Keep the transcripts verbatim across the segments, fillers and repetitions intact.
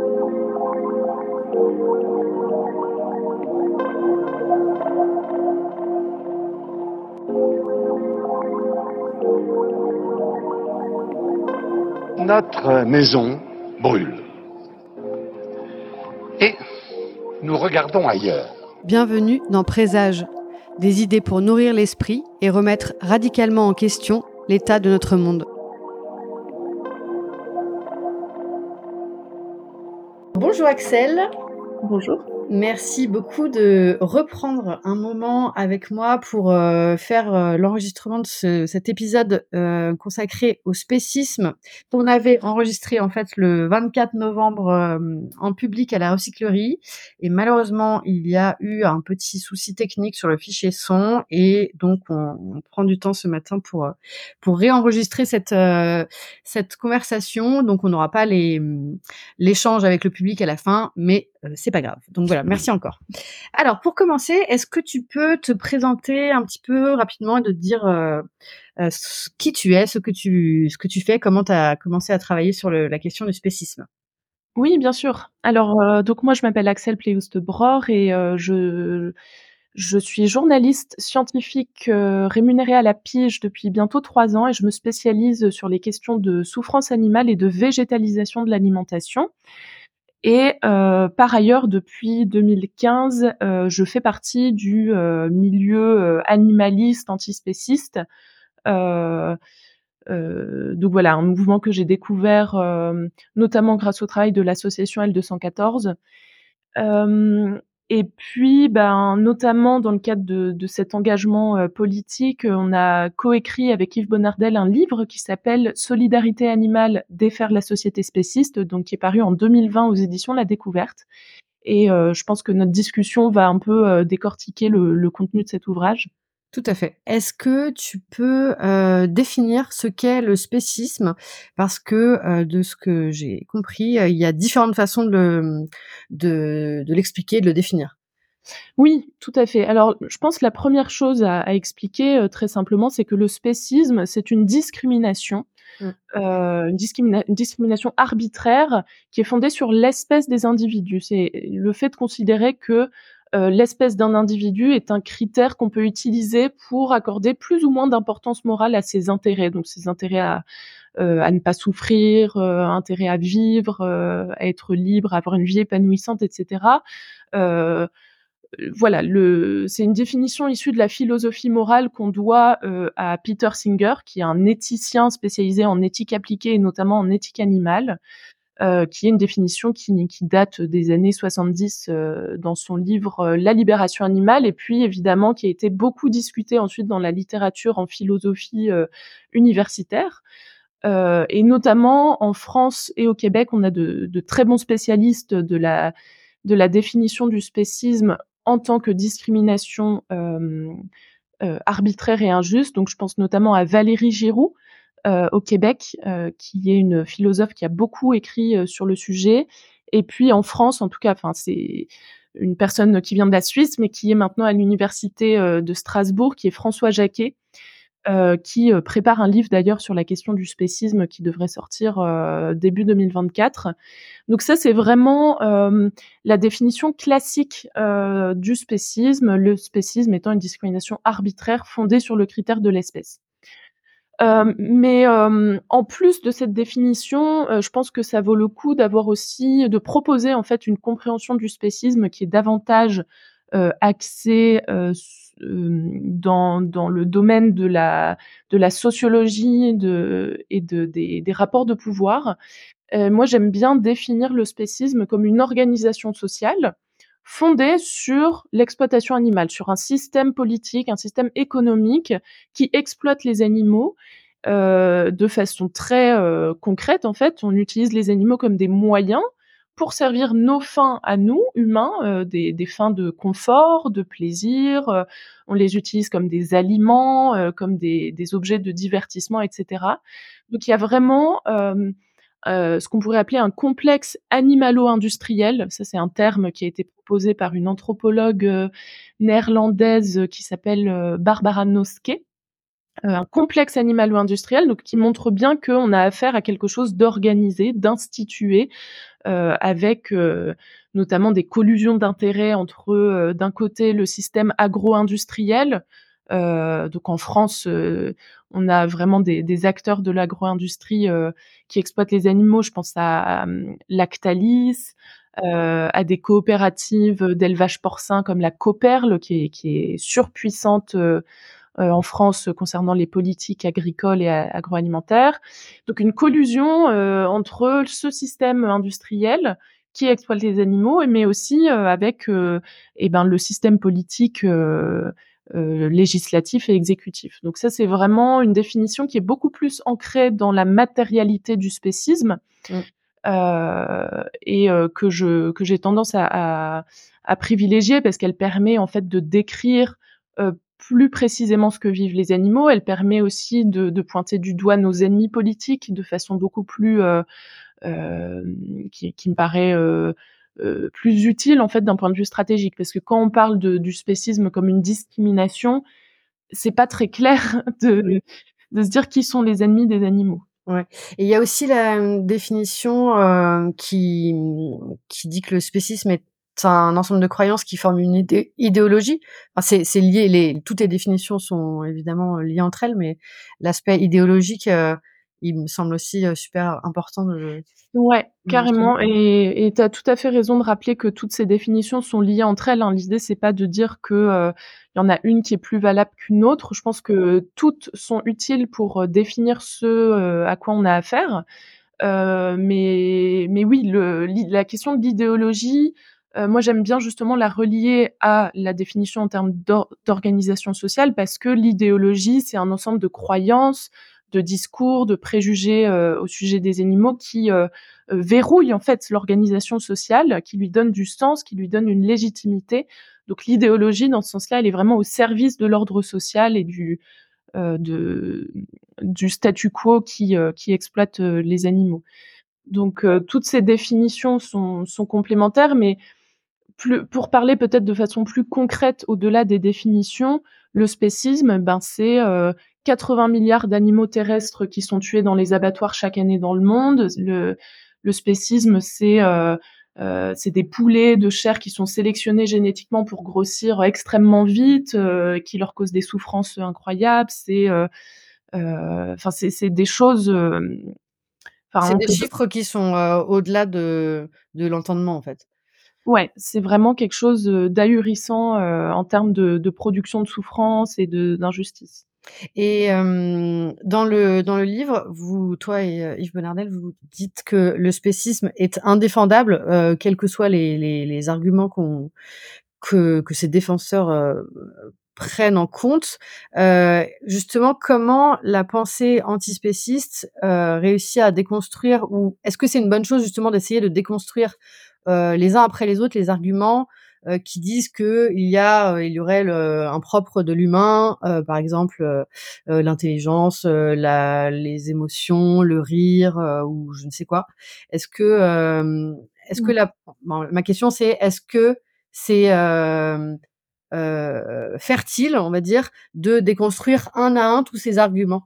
Notre maison brûle. Et nous regardons ailleurs. Bienvenue dans Présage, des idées pour nourrir l'esprit et remettre radicalement en question l'état de notre monde. Bonjour Axel. Bonjour. Merci beaucoup de reprendre un moment avec moi pour euh, faire euh, l'enregistrement de ce, cet épisode euh, consacré au spécisme qu'on avait enregistré en fait le vingt-quatre novembre euh, en public à la recyclerie, et malheureusement il y a eu un petit souci technique sur le fichier son et donc on, on prend du temps ce matin pour euh, pour réenregistrer cette euh, cette conversation. Donc on n'aura pas les l'échange avec le public à la fin, mais euh, c'est pas grave. Donc voilà, merci encore. Alors pour commencer, est-ce que tu peux te présenter un petit peu rapidement et de te dire euh, euh, ce- qui tu es, ce que tu ce que tu fais, comment tu as commencé à travailler sur le- la question du spécisme? Oui, bien sûr. Alors, heu, donc moi, je m'appelle Axel Pléoust-Bror et heu, je je suis journaliste scientifique, heu, rémunérée à la pige depuis bientôt trois ans et je me spécialise sur les questions de souffrance animale et de végétalisation de l'alimentation et heu, par ailleurs, depuis deux mille quinze, heu, je fais partie du, heu, milieu, heu, animaliste antispéciste. Heu Heu, donc voilà, un mouvement que j'ai découvert, hem, notamment grâce au travail de l'association L deux cent quatorze. Hem et puis, ben, notamment dans le cadre de de cet engagement, heu, politique, heu, on a coécrit avec Yves Bonnardel un livre qui s'appelle «Solidarité animale, défaire la société spéciste», donc qui est paru en deux mille vingt aux éditions La Découverte et heu, je pense que notre discussion va un peu, heu, décortiquer le le contenu de cet ouvrage. Tout à fait. Est-ce que tu peux euh, définir ce qu'est le spécisme? Parce que euh, de ce que j'ai compris, euh, il y a différentes façons de, le- de, de l'expliquer, de le définir. Oui, tout à fait. Alors, je pense que la première chose à à expliquer, heu, très simplement, c'est que le spécisme, c'est une discrimination, Mm. heu, une discrimina une discrimination arbitraire qui est fondée sur l'espèce des individus. C'est le fait de considérer que, heu, l'espèce d'un individu est un critère qu'on peut utiliser pour accorder plus ou moins d'importance morale à ses intérêts. Donc ses intérêts à, heu, à ne pas souffrir, heu, intérêt à vivre, heu, à être libre, à avoir une vie épanouissante et cetera. Heu voilà, le c'est une définition issue de la philosophie morale qu'on doit, heu, à Peter Singer, qui est un éthicien spécialisé en éthique appliquée et notamment en éthique animale, heu, qui est une définition qui qui date des années soixante-dix, heu, dans son livre, heu, La libération animale et puis évidemment qui a été beaucoup discuté ensuite dans la littérature en philosophie, heu, universitaire. Heu et notamment en France et au Québec, on a de de très bons spécialistes de la de la définition du spécisme en tant que discrimination, hem, heu, arbitraire et injuste. Donc je pense notamment à Valérie Giroux, heu, au Québec, heu, qui est une philosophe qui a beaucoup écrit, heu, sur le sujet. Et puis en France, en tout cas, enfin c'est une personne qui vient de la Suisse, mais qui est maintenant à l'université, heu, de Strasbourg, qui est François Jacquet, heu, qui, heu, prépare un livre d'ailleurs sur la question du spécisme qui devrait sortir, heu, début deux mille vingt-quatre. Donc ça, c'est vraiment, hem, la définition classique, heu, du spécisme, le spécisme étant une discrimination arbitraire fondée sur le critère de l'espèce. Hem, mais, hem, en plus de cette définition, heu, je pense que ça vaut le coup d'avoir aussi de proposer en fait une compréhension du spécisme qui est davantage, heu, axée, heu, s hem, dans dans le domaine de la de la sociologie de et de des des rapports de pouvoir. Heu, moi, j'aime bien définir le spécisme comme une organisation sociale fondée sur l'exploitation animale, sur un système politique, un système économique qui exploite les animaux, heu, de façon très, heu, concrète, en fait. On utilise les animaux comme des moyens pour servir nos fins à nous, humains, heu, des des fins de confort, de plaisir, heu, on les utilise comme des aliments, heu, comme des des objets de divertissement et cetera. Donc il y a vraiment, hem heu, ce qu'on pourrait appeler un complexe animalo-industriel. Ça, c'est un terme qui a été proposé par une anthropologue, heu, néerlandaise, qui s'appelle, heu, Barbara Noske, heu, un complexe animalo-industriel, donc qui montre bien qu'on a affaire à quelque chose d'organisé, d'institué, heu, avec, heu, notamment des collusions d'intérêts entre, heu, d'un côté le système agro-industriel, heu, donc en France, heu, on a vraiment des des acteurs de l'agro-industrie, heu, qui exploitent les animaux. Je pense à, mmh, Lactalis, heu, à des coopératives d'élevage porcin comme la Coperle qui est qui est surpuissante, heu heu, en France concernant les politiques agricoles et a agroalimentaires. Donc une collusion, heu, entre ce système industriel qui exploite les animaux, mais aussi, heu, avec, heu, et ben, le système politique, heu heu, législatif et exécutif. Donc ça, c'est vraiment une définition qui est beaucoup plus ancrée dans la matérialité du spécisme, Mmh. heu et heu, que je que j'ai tendance à à à privilégier parce qu'elle permet en fait de décrire, heu, plus précisément ce que vivent les animaux. Elle permet aussi de de pointer du doigt nos ennemis politiques de façon beaucoup plus, heu, hem, qui qui me paraît, heu heu, plus utile en fait d'un point de vue stratégique. Parce que quand on parle de du spécisme comme une discrimination, c'est pas très clair de de se dire qui sont les ennemis des animaux. Ouais, et il y a aussi la, mmh, définition, heu, qui, mmh, qui dit que le spécisme est un ensemble de croyances qui forment une idée idéologie. Enfin, c'est c'est lié, les toutes les définitions sont évidemment, heu, liées entre elles, mais l'aspect idéologique, heu, il me semble aussi, heu, super important de le Ouais, mentionner. carrément et et tu as tout à fait raison de rappeler que toutes ces définitions sont liées entre elles, hein. L'idée, c'est pas de dire que, heu, il y en a une qui est plus valable qu'une autre. Je pense que toutes sont utiles pour, heu, définir ce, heu, à quoi on a affaire. Heu, mais mais oui, le l'i la question de l'idéologie, heu, moi, j'aime bien justement la relier à la définition en termes d'or d'organisation sociale parce que l'idéologie, c'est un ensemble de croyances, de discours, de préjugés, heu, au sujet des animaux qui, heu heu, verrouillent en fait l'organisation sociale, qui lui donnent du sens, qui lui donnent une légitimité. Donc l'idéologie, dans ce sens-là, elle est vraiment au service de l'ordre social et du, heu, de du statu quo qui, heu, qui exploite, heu, les animaux. Donc heu, toutes ces définitions sont sont complémentaires, mais plus pour parler peut-être de façon plus concrète au-delà des définitions, le spécisme, ben, c'est, heu, quatre-vingts milliards d'animaux terrestres qui sont tués dans les abattoirs chaque année dans le monde. Le le spécisme, c'est, heu heu, c'est des poulets de chair qui sont sélectionnés génétiquement pour grossir extrêmement vite, heu, qui leur causent des souffrances incroyables. C'est, heu heu, enfin, c'est c'est des choses, hem, enfin, C'est on des peut chiffres qui sont, heu, au-delà de de l'entendement, en fait. Ouais, c'est vraiment quelque chose, heu, d'ahurissant, heu, en termes de de production de souffrance et de d'injustice. Et hem, dans le dans le livre, vous toi et heu, Yves Bonardel, vous dites que le spécisme est indéfendable, heu, quels que soient les les les arguments qu'on que que ces défenseurs, heu, prennent en compte. Heu, justement, comment la pensée antispéciste, heu, réussit à déconstruire, ou est-ce que c'est une bonne chose justement d'essayer de déconstruire, heu, les uns après les autres, les arguments, heu, qui disent qu'il y a, heu, il y aurait le un propre de l'humain, heu, par exemple, heu heu, l'intelligence, heu, la les émotions, le rire, heu, ou je ne sais quoi. Est-ce que, hem, est-ce que Mmh. la bon, ma question c'est, est-ce que c'est, hem, heu, fertile, on va dire, de déconstruire un à un tous ces arguments?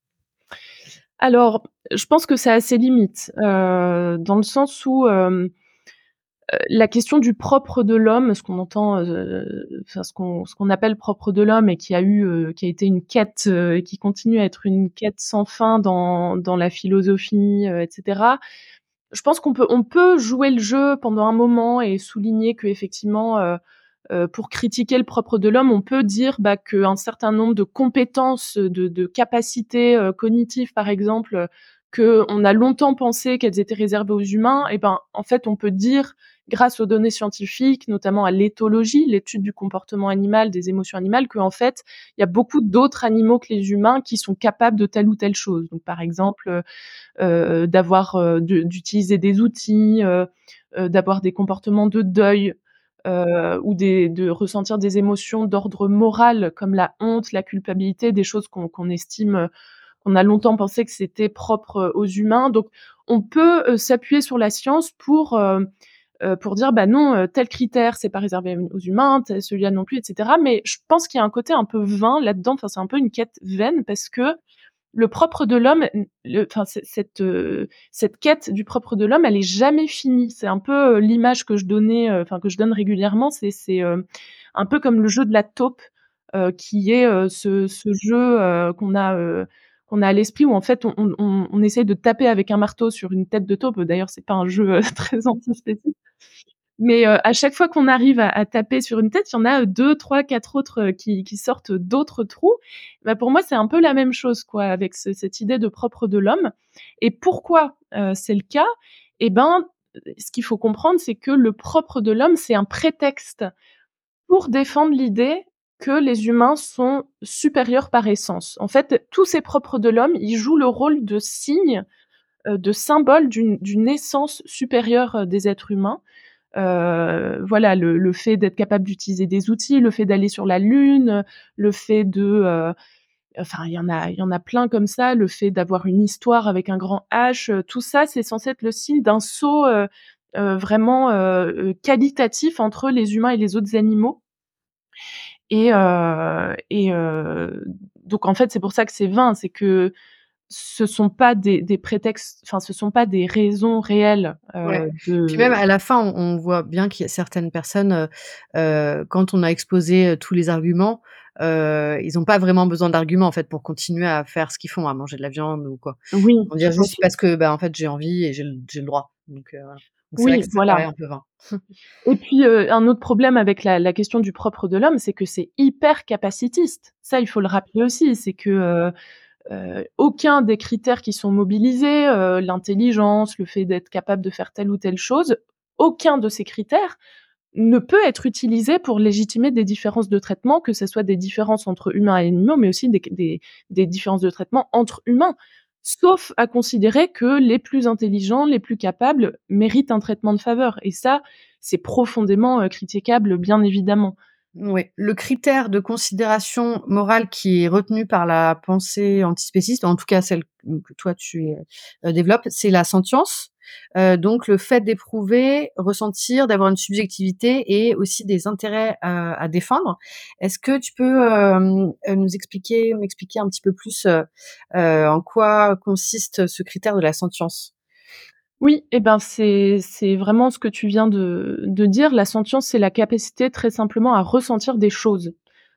Alors, je pense que ça a ses limites, heu, dans le sens où, hem, heu, la question du propre de l'homme, ce qu'on entend, heu, enfin ce qu'on ce qu'on appelle propre de l'homme et qui a eu, heu, qui a été une quête, heu, et qui continue à être une quête sans fin dans dans la philosophie, heu, et cetera. Je pense qu'on peut on peut jouer le jeu pendant un moment et souligner qu'effectivement, heu heu, pour critiquer le propre de l'homme, on peut dire, bah, qu'un certain nombre de compétences, de de capacités, heu, cognitives, par exemple, heu, qu'on a longtemps pensé qu'elles étaient réservées aux humains et ben, en fait, on peut dire, grâce aux données scientifiques, notamment à l'éthologie, l'étude du comportement animal, des émotions animales, qu'en fait, il y a beaucoup d'autres animaux que les humains qui sont capables de telle ou telle chose. Donc par exemple, heu heu, d'avoir, heu, de d'utiliser des outils, heu heu, d'avoir des comportements de deuil, heu, ou des de ressentir des émotions d'ordre moral comme la honte, la culpabilité, des choses qu'on qu'on estime, heu, qu'on a longtemps pensé que c'était propre, heu, aux humains. Donc on peut, heu, s'appuyer sur la science pour, heu heu, pour dire: «Bah non, heu, tel critère, c'est pas réservé aux humains, tel celui-là non plus» et cetera. Mais je pense qu'il y a un côté un peu vain là-dedans, enfin, c'est un peu une quête vaine parce que le propre de l'homme, n le enfin, c cette, heu, cette quête du propre de l'homme, elle est jamais finie. C'est un peu, heu, l'image que je donnais, heu, enfin que je donne régulièrement, c'est c'est, heu, un peu comme le jeu de la taupe, heu, qui est, heu, ce ce jeu, heu, qu'on a, heu, qu'on a à l'esprit où en fait on on on on essaye de taper avec un marteau sur une tête de taupe. D'ailleurs, c'est pas un jeu, heu, très antispéciste. Mais, heu, à chaque fois qu'on arrive à à taper sur une tête, il y en a, heu, deux trois quatre autres, heu, qui qui sortent d'autres trous. Bah, pour moi, c'est un peu la même chose, quoi, avec ce cette idée de propre de l'homme et pourquoi, heu, c'est le cas? Et ben, heu, ce qu'il faut comprendre, c'est que le propre de l'homme, c'est un prétexte pour défendre l'idée que les humains sont supérieurs par essence. En fait, tous ces propres de l'homme, ils jouent le rôle de signe, heu, de symbole d'une d'une essence supérieure, heu, des êtres humains. Heu, voilà, le le fait d'être capable d'utiliser des outils, le fait d'aller sur la lune, le fait de, heu, enfin il y en a il y en a plein comme ça, le fait d'avoir une histoire avec un grand H, heu, tout ça, c'est censé être le signe d'un saut, heu heu, vraiment, heu heu, qualitatif entre les humains et les autres animaux et heu et heu, donc en fait, c'est pour ça que c'est vain, c'est que ce sont pas des des prétextes, enfin ce sont pas des raisons réelles, Ouais. heu, Puis même de à la fin, on on voit bien qu'il y a certaines personnes, heu heu, quand on a exposé, heu, tous les arguments, heu, ils ont pas vraiment besoin d'arguments, en fait, pour continuer à faire ce qu'ils font, à manger de la viande ou quoi. oui, Ils vont dire tout à juste: fait. «Parce que, bah, en fait, j'ai envie et j'ai le j'ai le droit». Donc heu, voilà. Donc c'est vrai que Oui, ça voilà. paraît un peu vain. Et puis, heu, un autre problème avec la la question du propre de l'homme, c'est que c'est hyper capacitiste. Ça, il faut le rappeler aussi, c'est que, heu heu, aucun des critères qui sont mobilisés, heu, l'intelligence, le fait d'être capable de faire telle ou telle chose, aucun de ces critères ne peut être utilisé pour légitimer des différences de traitement, que ce soit des différences entre humains et animaux, mais aussi des des des différences de traitement entre humains. Sauf à considérer que les plus intelligents, les plus capables méritent un traitement de faveur et ça, c'est profondément, heu, critiquable, bien évidemment. Oui, le critère de considération morale qui est retenu par la pensée antispéciste, en tout cas celle que toi tu, heu, développes, c'est la sentience. Heu, donc le fait d'éprouver, ressentir, d'avoir une subjectivité et aussi des intérêts, heu, à défendre. Est-ce que tu peux, hem, heu, nous expliquer m'expliquer un petit peu plus, heu heu, en quoi consiste ce critère de la sentience? Oui et ben, c'est c'est vraiment ce que tu viens de de dire. La sentience, c'est la capacité très simplement à ressentir des choses.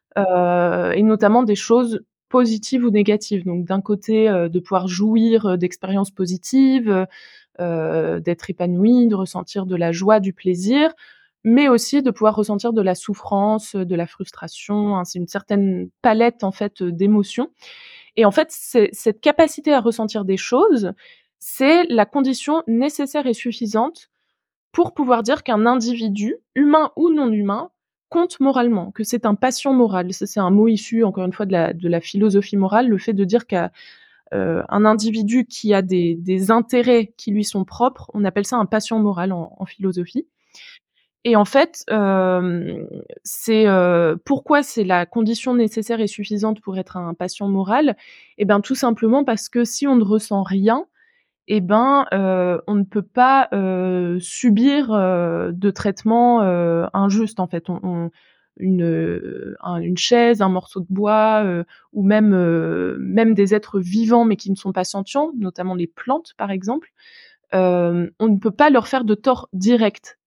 Heu et notamment des choses positives ou négatives. Donc d'un côté, heu, de pouvoir jouir, heu, d'expériences positives, heu heu, d'être épanoui, de ressentir de la joie, du plaisir, mais aussi de pouvoir ressentir de la souffrance, heu, de la frustration, hein. C'est une certaine palette en fait, heu, d'émotions et en fait, c'est cette capacité à ressentir des choses, c'est la condition nécessaire et suffisante pour pouvoir dire qu'un individu, humain ou non humain, compte moralement, que c'est un patient moral. Ça, c'est un mot issu, encore une fois, de la de la philosophie morale, le fait de dire qu'un heu, un individu qui a des des intérêts qui lui sont propres, on appelle ça un patient moral en en philosophie et en fait, hem, c'est, heu, pourquoi c'est la condition nécessaire et suffisante pour être un patient moral? Et ben, tout simplement parce que si on ne ressent rien, et ben, heu, on ne peut pas, heu, subir, heu, de traitement, heu, injuste, en fait. On on une, heu, un une chaise, un morceau de bois, heu, ou même, heu, même des êtres vivants, mais qui ne sont pas sentients, notamment les plantes, par exemple, hem, on ne peut pas leur faire de tort direct.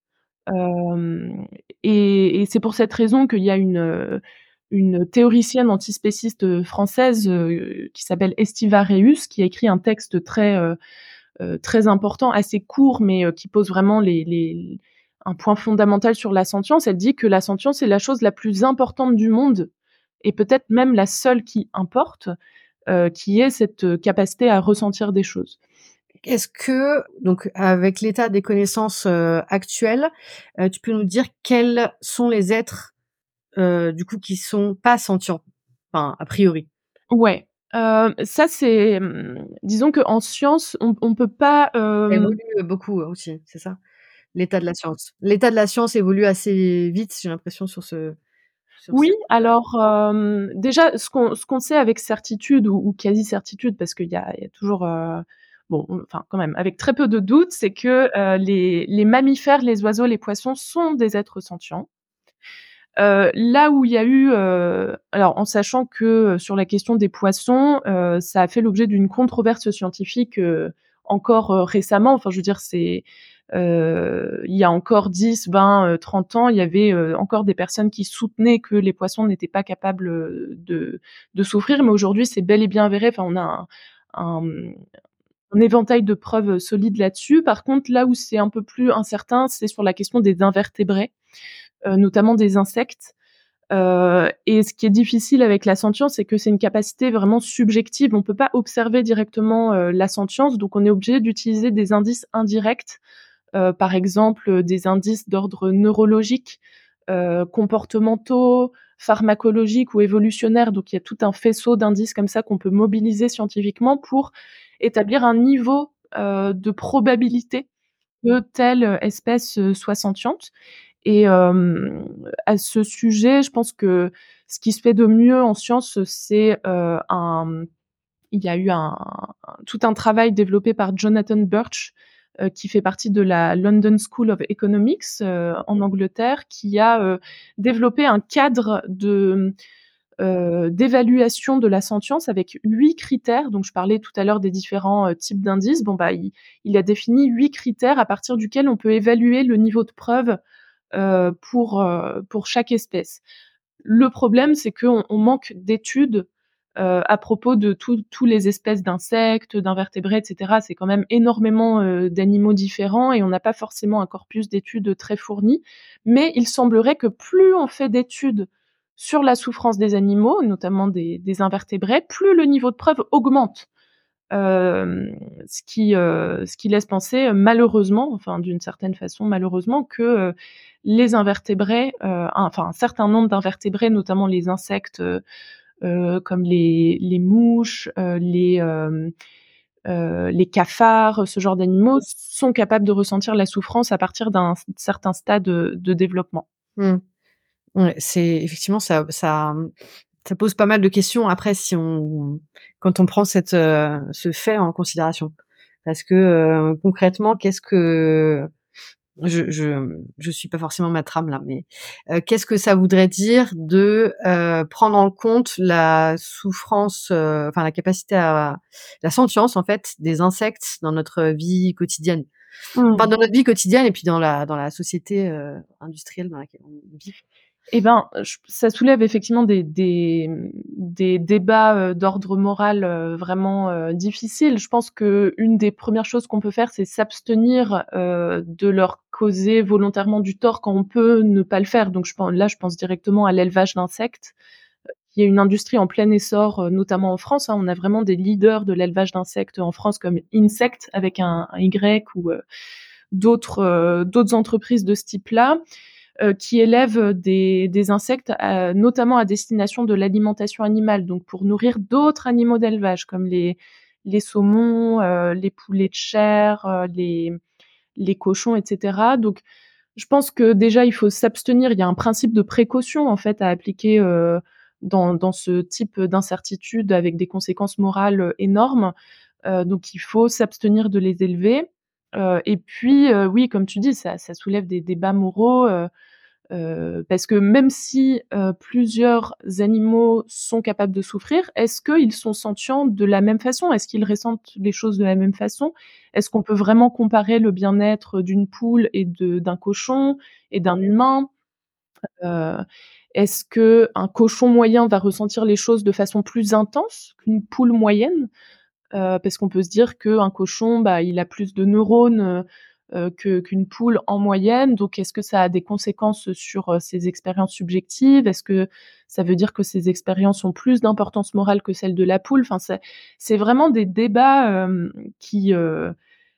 Hem et et c'est pour cette raison qu'il y a une, heu, une théoricienne antispéciste, heu, française, heu, qui s'appelle Estiva Reus, qui a écrit un texte très, heu heu, très important, assez court, mais heu, qui pose vraiment les les un point fondamental sur la sentience. Elle dit que la sentience est la chose la plus importante du monde et peut-être même la seule qui importe, heu, qui est cette, heu, capacité à ressentir des choses. Est-ce que donc avec l'état des connaissances, heu, actuelles, heu, tu peux nous dire quels sont les êtres, heu, du coup qui sont pas sentients? Enfin, a priori. Ouais, heu, ça c'est, mmh, disons qu'en science, on on peut pas, Ça hem évolue, heu, beaucoup, heu, aussi, c'est ça? L'état de la science. L'état de la science évolue assez vite, j'ai l'impression sur ce sur oui, cette, alors, hem, déjà ce qu'on ce qu'on sait avec certitude ou ou quasi certitude parce qu'il y a il y a toujours, heu, bon, enfin quand même avec très peu de doute, c'est que euh, les, les mammifères, les oiseaux, les poissons sont des êtres sentients. Euh, là où il y a eu, euh, alors en sachant que euh, sur la question des poissons, euh, ça a fait l'objet d'une controverse scientifique euh, encore euh, récemment. Enfin, je veux dire, c'est euh, il y a encore dix, vingt, euh, trente ans, il y avait euh, encore des personnes qui soutenaient que les poissons n'étaient pas capables euh, de, de souffrir, mais aujourd'hui, c'est bel et bien avéré. Enfin, on a un, un, un éventail de preuves solides là-dessus. Par contre, là où c'est un peu plus incertain, c'est sur la question des invertébrés, euh, notamment des insectes. Euh, et ce qui est difficile avec la sentience, c'est que c'est une capacité vraiment subjective. On peut pas observer directement euh, la sentience, donc on est obligé d'utiliser des indices indirects, euh, par exemple euh, des indices d'ordre neurologique, euh, comportementaux, pharmacologiques ou évolutionnaires. Donc il y a tout un faisceau d'indices comme ça qu'on peut mobiliser scientifiquement pour établir un niveau euh, de probabilité que telle espèce euh, soit sentiente. Et euh, à ce sujet, je pense que ce qui se fait de mieux en science, c'est euh, un. Il y a eu un, un- tout un travail développé par Jonathan Birch, euh, qui fait partie de la London School of Economics euh, en Angleterre, qui a euh, développé un cadre de euh, d'évaluation de la sentience avec huit critères. Donc, je parlais tout à l'heure des différents euh, types d'indices. Bon, bah, il, il a défini huit critères à partir duquel on peut évaluer le niveau de preuve euh, pour, euh, pour chaque espèce. Le problème, c'est qu'on on manque d'études euh, à propos de tous les espèces d'insectes, d'invertébrés, et cetera. C'est quand même énormément euh, d'animaux différents et on n'a pas forcément un corpus d'études très fourni. Mais il semblerait que plus on fait d'études sur la souffrance des animaux, notamment des, des invertébrés, plus le niveau de preuve augmente. Euh, ce qui euh, ce qui laisse penser euh, malheureusement, enfin d'une certaine façon malheureusement, que euh, les invertébrés, euh, un, enfin un certain nombre d'invertébrés, notamment les insectes euh, euh, comme les les mouches, euh, les euh, euh, les cafards, ce genre d'animaux, sont capables de ressentir la souffrance à partir d'un certain stade de, de développement. Mmh. Ouais, c'est effectivement ça ça, mmh, ça pose pas mal de questions après si on quand on prend cette, heu, ce fait en considération. Parce que, heu, concrètement, qu'est-ce que je je je suis pas forcément ma trame là, mais, heu, qu'est-ce que ça voudrait dire de, heu, prendre en compte la souffrance, heu, enfin la capacité à la sentience en fait des insectes dans notre vie quotidienne? Enfin Mmh. dans notre vie quotidienne et puis dans la dans la société, heu, industrielle dans laquelle on vit. Eh ben, je ça soulève effectivement des des, mmh, des débats, heu, d'ordre moral, heu, vraiment, heu, difficiles. Je pense qu'une des premières choses qu'on peut faire, c'est s'abstenir, heu, de leur causer volontairement du tort quand on peut ne pas le faire. Donc je pen là, je pense directement à l'élevage d'insectes, qui est une industrie en plein essor, heu, notamment en France, hein. On a vraiment des leaders de l'élevage d'insectes en France comme Insect avec un un Y ou, heu, d'autres, heu, d'autres entreprises de ce type-là, heu, qui élèvent des des insectes à notamment à destination de l'alimentation animale, donc pour nourrir d'autres animaux d'élevage comme les les saumons, heu, les poulets de chair, heu, les les cochons et cetera. Donc je pense que déjà il faut s'abstenir. Il y a un principe de précaution en fait à appliquer, heu, dans dans ce type d'incertitude avec des conséquences morales, heu, énormes. Heu, donc il faut s'abstenir de les élever. Heu et puis, heu, oui, comme tu dis, ça ça soulève des débats moraux, heu Heu, parce que même si, heu, plusieurs animaux sont capables de souffrir, est-ce qu'ils sont sentients de la même façon? Est-ce qu'ils ressentent les choses de la même façon? Est-ce qu'on peut vraiment comparer le bien-être d'une poule et de d'un cochon et d'un humain? Heu, est-ce qu'un cochon moyen va ressentir les choses de façon plus intense qu'une poule moyenne? Heu, parce qu'on peut se dire qu'un cochon, bah, il a plus de neurones, heu heu, que qu'une poule en moyenne. Donc est-ce que ça a des conséquences sur, heu, ses expériences subjectives? Est-ce que ça veut dire que ses expériences ont plus d'importance morale que celles de la poule? Enfin, c'est c'est vraiment des débats, hem, qui, heu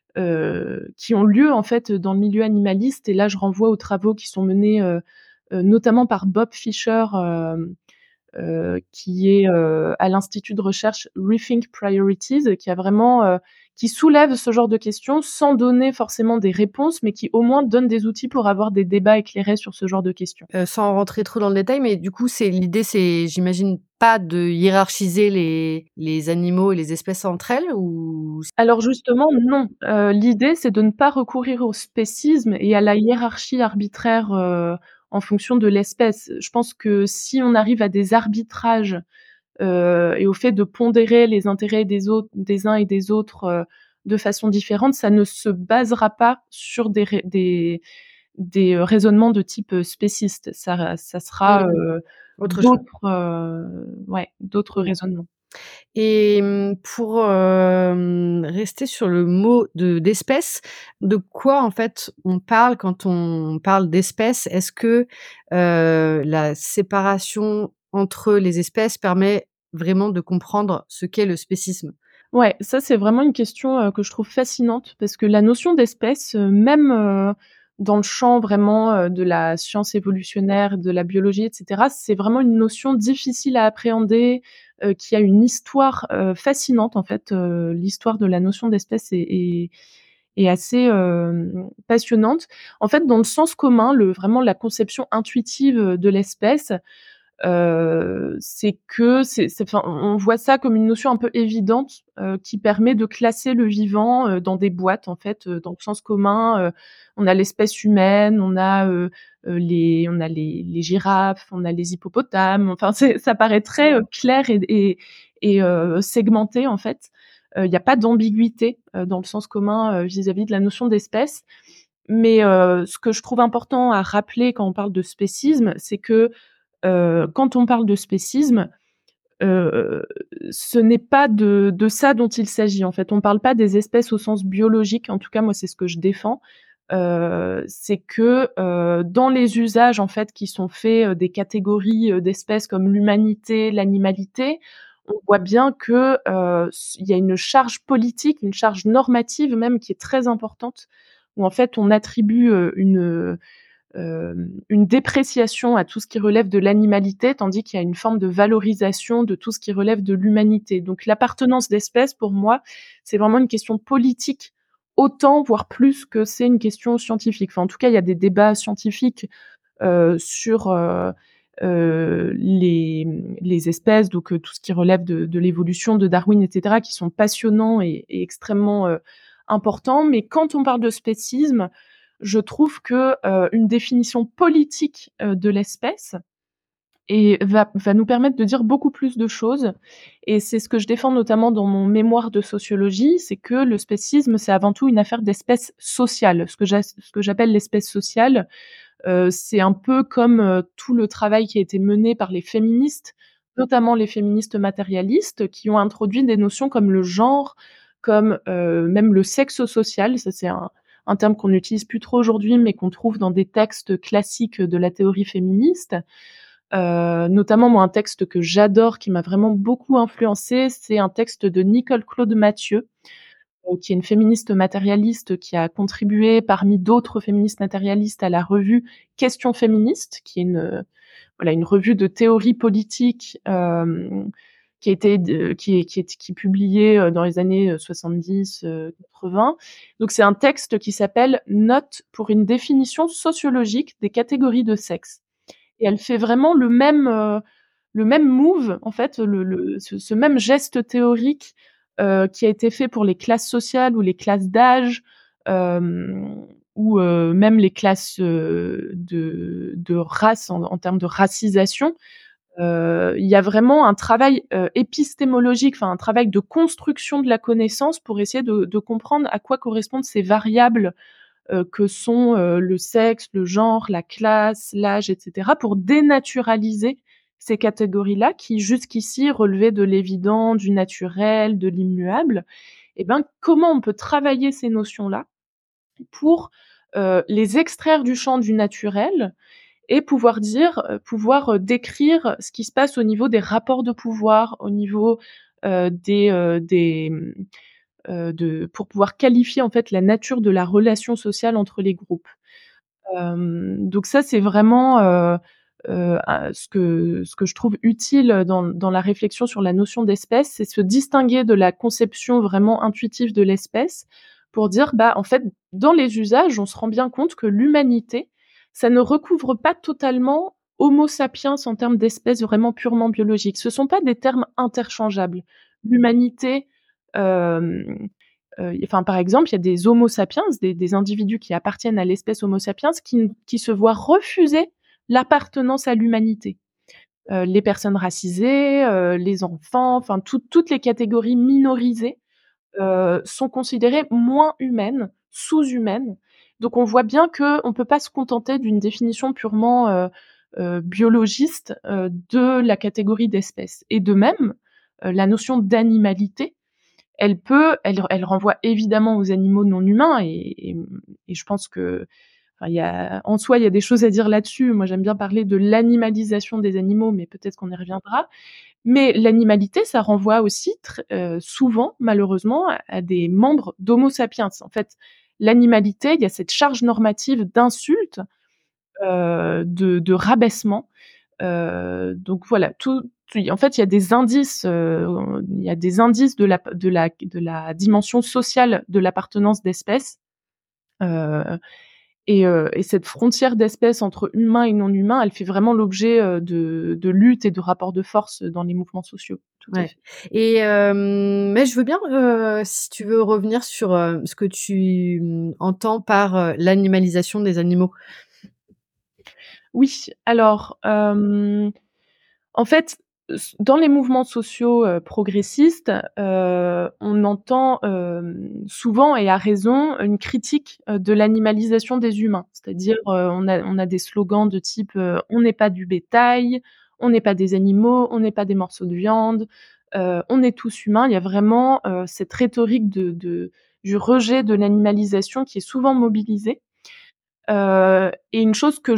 heu, qui ont lieu, en fait, dans le milieu animaliste et là, je renvoie aux travaux qui sont menés, heu heu, notamment par Bob Fisher, hem heu, qui est, heu, à l'institut de recherche Rethink Priorities, qui a vraiment, heu, qui soulève ce genre de questions sans donner forcément des réponses, mais qui au moins donne des outils pour avoir des débats éclairés sur ce genre de questions. Heu, sans rentrer trop dans le détail, mais du coup, c'est l'idée, c'est j'imagine pas de hiérarchiser les les animaux et les espèces entre elles ou c Alors justement non, heu, l'idée c'est de ne pas recourir au spécisme et à la hiérarchie arbitraire, heu, en fonction de l'espèce. Je pense que si on arrive à des arbitrages, heu et au fait de pondérer les intérêts des autres des uns et des autres, heu, de façon différente, ça ne se basera pas sur des rai des des, heu, raisonnements de type, heu, spéciste. Ça ça sera, Mmh. heu, Autre chose. d'autres, heu, ouais, d'autres Mmh. raisonnements. Et mmh, pour, hem, rester sur le mot de d'espèce, de quoi en fait on parle quand on parle d'espèce? Est-ce que, heu, la séparation entre les espèces permet vraiment de comprendre ce qu'est le spécisme? Ouais, ça c'est vraiment une question, heu, que je trouve fascinante parce que la notion d'espèce, heu, même, heu, dans le champ vraiment, heu, de la science évolutionnaire, de la biologie et cetera, c'est vraiment une notion difficile à appréhender, heu, qui a une histoire, heu, fascinante en fait, heu, l'histoire de la notion d'espèce est est est assez, hem, passionnante. En fait, dans le sens commun, le vraiment la conception intuitive, heu, de l'espèce, Heu, c'est que c'est c'est enfin, on on voit ça comme une notion un peu évidente, heu, qui permet de classer le vivant, heu, dans des boîtes en fait, heu, dans le sens commun, heu, on a l'espèce humaine, on a, heu heu, les on a les les girafes, on a les hippopotames, enfin c'est ça paraît très, heu, clair et et et heu, segmenté en fait. Heu, il y a pas d'ambiguïté, heu, dans le sens commun, heu, vis-à-vis de la notion d'espèce. Mais heu, ce que je trouve important à rappeler quand on parle de spécisme, c'est que Heu, quand on parle de spécisme, heu, ce n'est pas de de ça dont il s'agit, en fait. On parle pas des espèces au sens biologique, en tout cas moi c'est ce que je défends. Heu, c'est que, heu, dans les usages, en fait, qui sont faits, heu, des catégories, heu, d'espèces comme l'humanité, l'animalité, on voit bien que, heu, s il y a une charge politique, une charge normative même qui est très importante, où en fait on attribue, heu, une, hem, une dépréciation à tout ce qui relève de l'animalité, tandis qu'il y a une forme de valorisation de tout ce qui relève de l'humanité. Donc l'appartenance d'espèce, pour moi, c'est vraiment une question politique, autant, voire plus que c'est une question scientifique. Enfin, en tout cas, il y a des débats scientifiques, heu, sur, heu heu, les, mmh, les espèces, donc heu, tout ce qui relève de de l'évolution, de Darwin et cetera, qui sont passionnants et et extrêmement, heu, importants. Mais quand on parle de spécisme, je trouve que, heu, une définition politique, heu, de l'espèce et va va nous permettre de dire beaucoup plus de choses et c'est ce que je défends notamment dans mon mémoire de sociologie, c'est que le spécisme, c'est avant tout une affaire d'espèce sociale. Ce que j'a ce que j'appelle l'espèce sociale, heu, c'est un peu comme, heu, tout le travail qui a été mené par les féministes, notamment les féministes matérialistes, qui ont introduit des notions comme le genre, comme, heu, même le sexe social. Ça, c'est un un terme qu'on n'utilise plus trop aujourd'hui, mais qu'on trouve dans des textes classiques de la théorie féministe. Heu, notamment moi un texte que j'adore, qui m'a vraiment beaucoup influencée, c'est un texte de Nicole Claude Mathieu, heu, qui est une féministe matérialiste qui a contribué parmi d'autres féministes matérialistes à la revue Questions féministes, qui est une, heu, voilà une revue de théorie politique, hem, qui a été de qui est qui est qui est publiée, heu, dans les années, heu, soixante-dix, heu, quatre-vingts. Donc c'est un texte qui s'appelle «Notes pour une définition sociologique des catégories de sexe» et elle fait vraiment le même, heu, le même move, en fait, le le ce ce même geste théorique, heu, qui a été fait pour les classes sociales ou les classes d'âge, hem, ou heu, même les classes, heu, de de race en en termes de racisation. Heu, il y a vraiment un travail, heu, épistémologique, enfin un travail de construction de la connaissance pour essayer de de comprendre à quoi correspondent ces variables, heu, que sont, heu, le sexe, le genre, la classe, l'âge et cetera, pour dénaturaliser ces catégories-là qui jusqu'ici relevaient de l'évident, du naturel, de l'immuable. Et ben, comment on peut travailler ces notions-là pour, heu, les extraire du champ du naturel et pouvoir dire, heu, pouvoir, heu, décrire ce qui se passe au niveau des rapports de pouvoir, au niveau, heu, des, heu, des, mmh, heu, de pour pouvoir qualifier en fait la nature de la relation sociale entre les groupes. Hem, donc ça c'est vraiment, heu heu, à ce que ce que je trouve utile dans dans la réflexion sur la notion d'espèce, c'est se distinguer de la conception vraiment intuitive de l'espèce pour dire: «Bah, en fait, dans les usages, on se rend bien compte que l'humanité, ça ne recouvre pas totalement Homo sapiens en termes d'espèces vraiment purement biologiques. Ce sont pas des termes interchangeables. L'humanité, hem, heu, enfin, par exemple, il y a des Homo sapiens, des des individus qui appartiennent à l'espèce Homo sapiens qui n qui se voient refuser l'appartenance à l'humanité. Heu, les personnes racisées, heu, les enfants, enfin toutes toutes les catégories minorisées, heu, sont considérées moins humaines, sous-humaines. Donc on voit bien qu'on peut pas se contenter d'une définition purement, heu heu, biologiste, heu, de la catégorie d'espèce. Et de même, heu, la notion d'animalité, elle peut elle elle renvoie évidemment aux animaux non humains et et mmh et je pense que enfin il y a en soi, il y a des choses à dire là-dessus. Moi, j'aime bien parler de l'animalisation des animaux, mais peut-être qu'on y reviendra. Mais l'animalité, ça renvoie aussi tr heu, souvent, malheureusement, à à des membres d'Homo sapiens. En fait, l'animalité, il y a cette charge normative d'insulte, heu, de de rabaissement. Heu, donc voilà, tout tout en fait, il y a des indices, heu, il y a des indices de la p de la de la dimension sociale de l'appartenance d'espèce. Heu et heu et cette frontière d'espèce entre humain et non humain, elle fait vraiment l'objet, heu, de de luttes et de rapports de force dans les mouvements sociaux. Tout à Ouais fait. et hem, mais je veux bien, heu, si tu veux revenir sur, heu, ce que tu, mmh, entends par, heu, l'animalisation des animaux. Oui, alors, hem, en fait, s dans les mouvements sociaux, heu, progressistes, heu, on entend, hem, souvent et à raison, une critique, heu, de l'animalisation des humains. C'est-à-dire, heu, on a on a des slogans de type, heu: «On n'est pas du bétail», «On n'est pas des animaux», «On n'est pas des morceaux de viande», heu, «On est tous humains». Il y a vraiment, heu, cette rhétorique de de du rejet de l'animalisation qui est souvent mobilisée. Heu et une chose que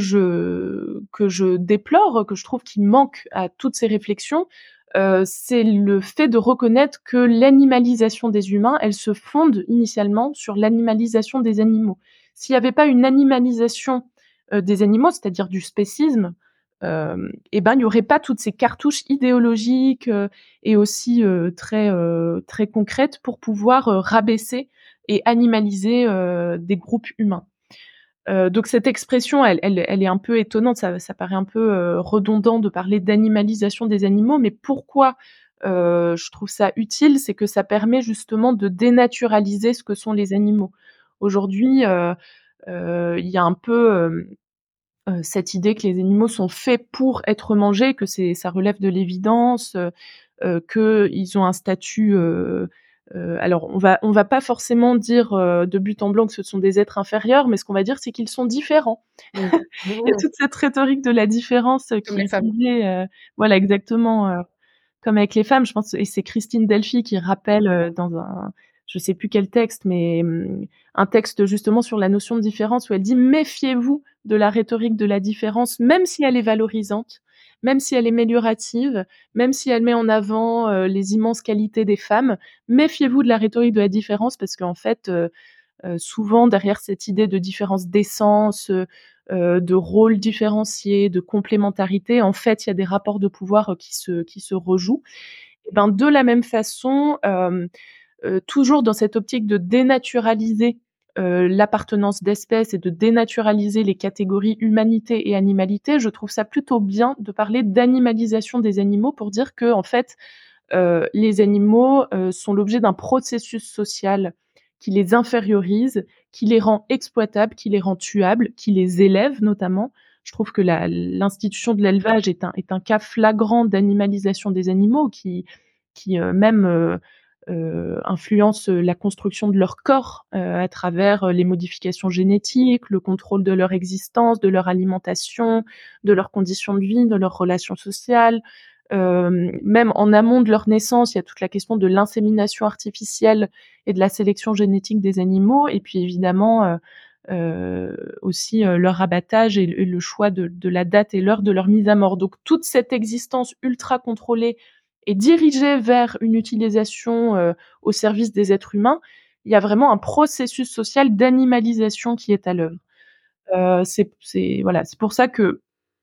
je que je déplore, que je trouve qui manque à toutes ces réflexions, heu, c'est le fait de reconnaître que l'animalisation des humains, elle se fonde initialement sur l'animalisation des animaux. S'il y avait pas une animalisation, heu, des animaux, c'est-à-dire du spécisme, hem et ben, il y aurait pas toutes ces cartouches idéologiques, heu et aussi, heu, très, heu, très concrètes pour pouvoir, heu, rabaisser et animaliser, heu, des groupes humains. Heu, donc cette expression, elle elle elle est un peu étonnante, ça ça paraît un peu, heu, redondant de parler d'animalisation des animaux, mais pourquoi, heu, je trouve ça utile? C'est que ça permet justement de dénaturaliser ce que sont les animaux. Aujourd'hui, heu heu, il y a un peu, hem, heu, cette idée que les animaux sont faits pour être mangés, que c'est ça relève de l'évidence, heu heu, qu'ils ont un statut, heu heu, alors on va on va pas forcément dire, heu, de but en blanc que ce sont des êtres inférieurs, mais ce qu'on va dire, c'est qu'ils sont différents. Mmh. Il y a toute cette rhétorique de la différence, heu, Comme qui est les femmes. utilisée, heu, voilà exactement, heu, comme avec les femmes, je pense et c'est Christine Delphi qui rappelle, heu, dans un je sais plus quel texte, mais mmh, un texte justement sur la notion de différence où elle dit: «Méfiez-vous de la rhétorique de la différence, même si elle est valorisante, même si elle est méliorative, même si elle met en avant, heu, les immenses qualités des femmes. Méfiez-vous de la rhétorique de la différence parce qu'en fait, heu heu, souvent derrière cette idée de différence d'essence, heu heu, de rôle différencié, de complémentarité, en fait, il y a des rapports de pouvoir, heu, qui se qui se rejouent et ben, de la même façon, hem, heu, toujours dans cette optique de dénaturaliser, heu, l'appartenance d'espèces et de dénaturaliser les catégories humanité et animalité, je trouve ça plutôt bien de parler d'animalisation des animaux pour dire qu'en fait, heu, les animaux, heu, sont l'objet d'un processus social qui les infériorise, qui les rend exploitables, qui les rend tuables, qui les élève notamment. Je trouve que la l'institution de l'élevage est un est un cas flagrant d'animalisation des animaux qui qui, heu, même, heu heu, influence, heu, la construction de leur corps, heu, à travers, heu, les modifications génétiques, le contrôle de leur existence, de leur alimentation, de leurs conditions de vie, de leurs relations sociales. Hem, même en amont de leur naissance, il y a toute la question de l'insémination artificielle et de la sélection génétique des animaux et puis évidemment, heu heu, aussi, heu, leur abattage et le et le choix de de la date et l'heure de leur mise à mort. Donc toute cette existence ultra contrôlée et dirigée vers une utilisation, heu, au service des êtres humains, il y a vraiment un processus social d'animalisation qui est à l'œuvre. Heu, c'est c'est voilà, c'est pour ça que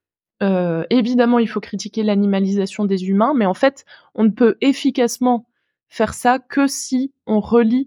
Heu, évidemment, il faut critiquer l'animalisation des humains, mais en fait, on ne peut efficacement faire ça que si on relie,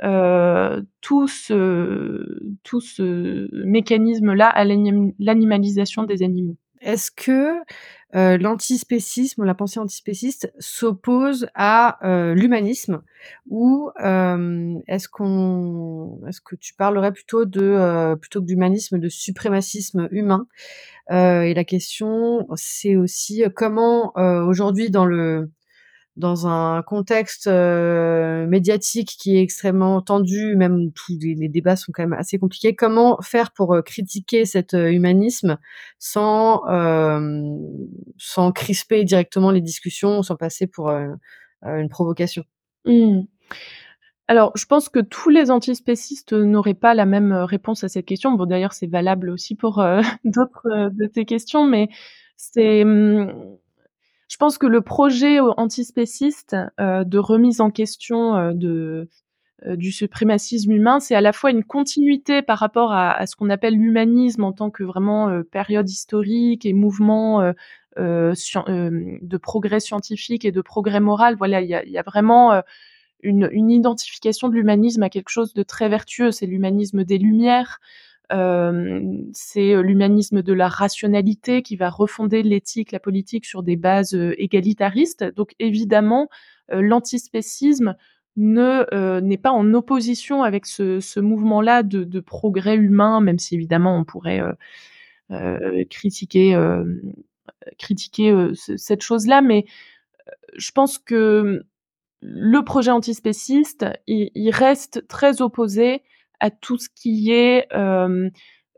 heu, tout ce tout ce mécanisme-là à l'anim l'animalisation des animaux. est-ce que, heu, l'antispécisme ou la pensée antispéciste s'oppose à, heu, l'humanisme? Ou, hem, est-ce qu'on est-ce que tu parlerais plutôt de, heu, plutôt que d'humanisme, de suprémacisme humain? Heu et la question, c'est aussi, heu, comment, heu, aujourd'hui dans le dans un contexte, heu, médiatique qui est extrêmement tendu, même où tous les les débats sont quand même assez compliqués, comment faire pour, heu, critiquer cet, heu, humanisme sans, hem, sans crisper directement les discussions, sans passer pour, heu heu, une provocation? Mmh. Alors, je pense que tous les antispécistes n'auraient pas la même, heu, réponse à cette question. Bon, d'ailleurs, c'est valable aussi pour, heu, d'autres, heu, de tes questions, mais c'est, mmh, je pense que le projet, heu, antispéciste, heu, de remise en question, heu, de, heu, du suprémacisme humain, c'est à la fois une continuité par rapport à à ce qu'on appelle l'humanisme en tant que vraiment, heu, période historique et mouvement, heu heu, scien hem, de progrès scientifique et de progrès moral. Voilà, il y a il y a vraiment, heu, une une identification de l'humanisme à quelque chose de très vertueux. C'est l'humanisme des Lumières, hem, c'est, heu, l'humanisme de la rationalité qui va refonder l'éthique, la politique sur des bases, heu, égalitaristes. Donc évidemment, heu, l'antispécisme ne, heu, n'est pas en opposition avec ce ce mouvement-là de de progrès humain, même si évidemment on pourrait, heu heu, critiquer, hem, critiquer, heu, ce cette chose-là. Mais, heu, je pense que, le projet antispéciste, il il reste très opposé à tout ce qui est, hem,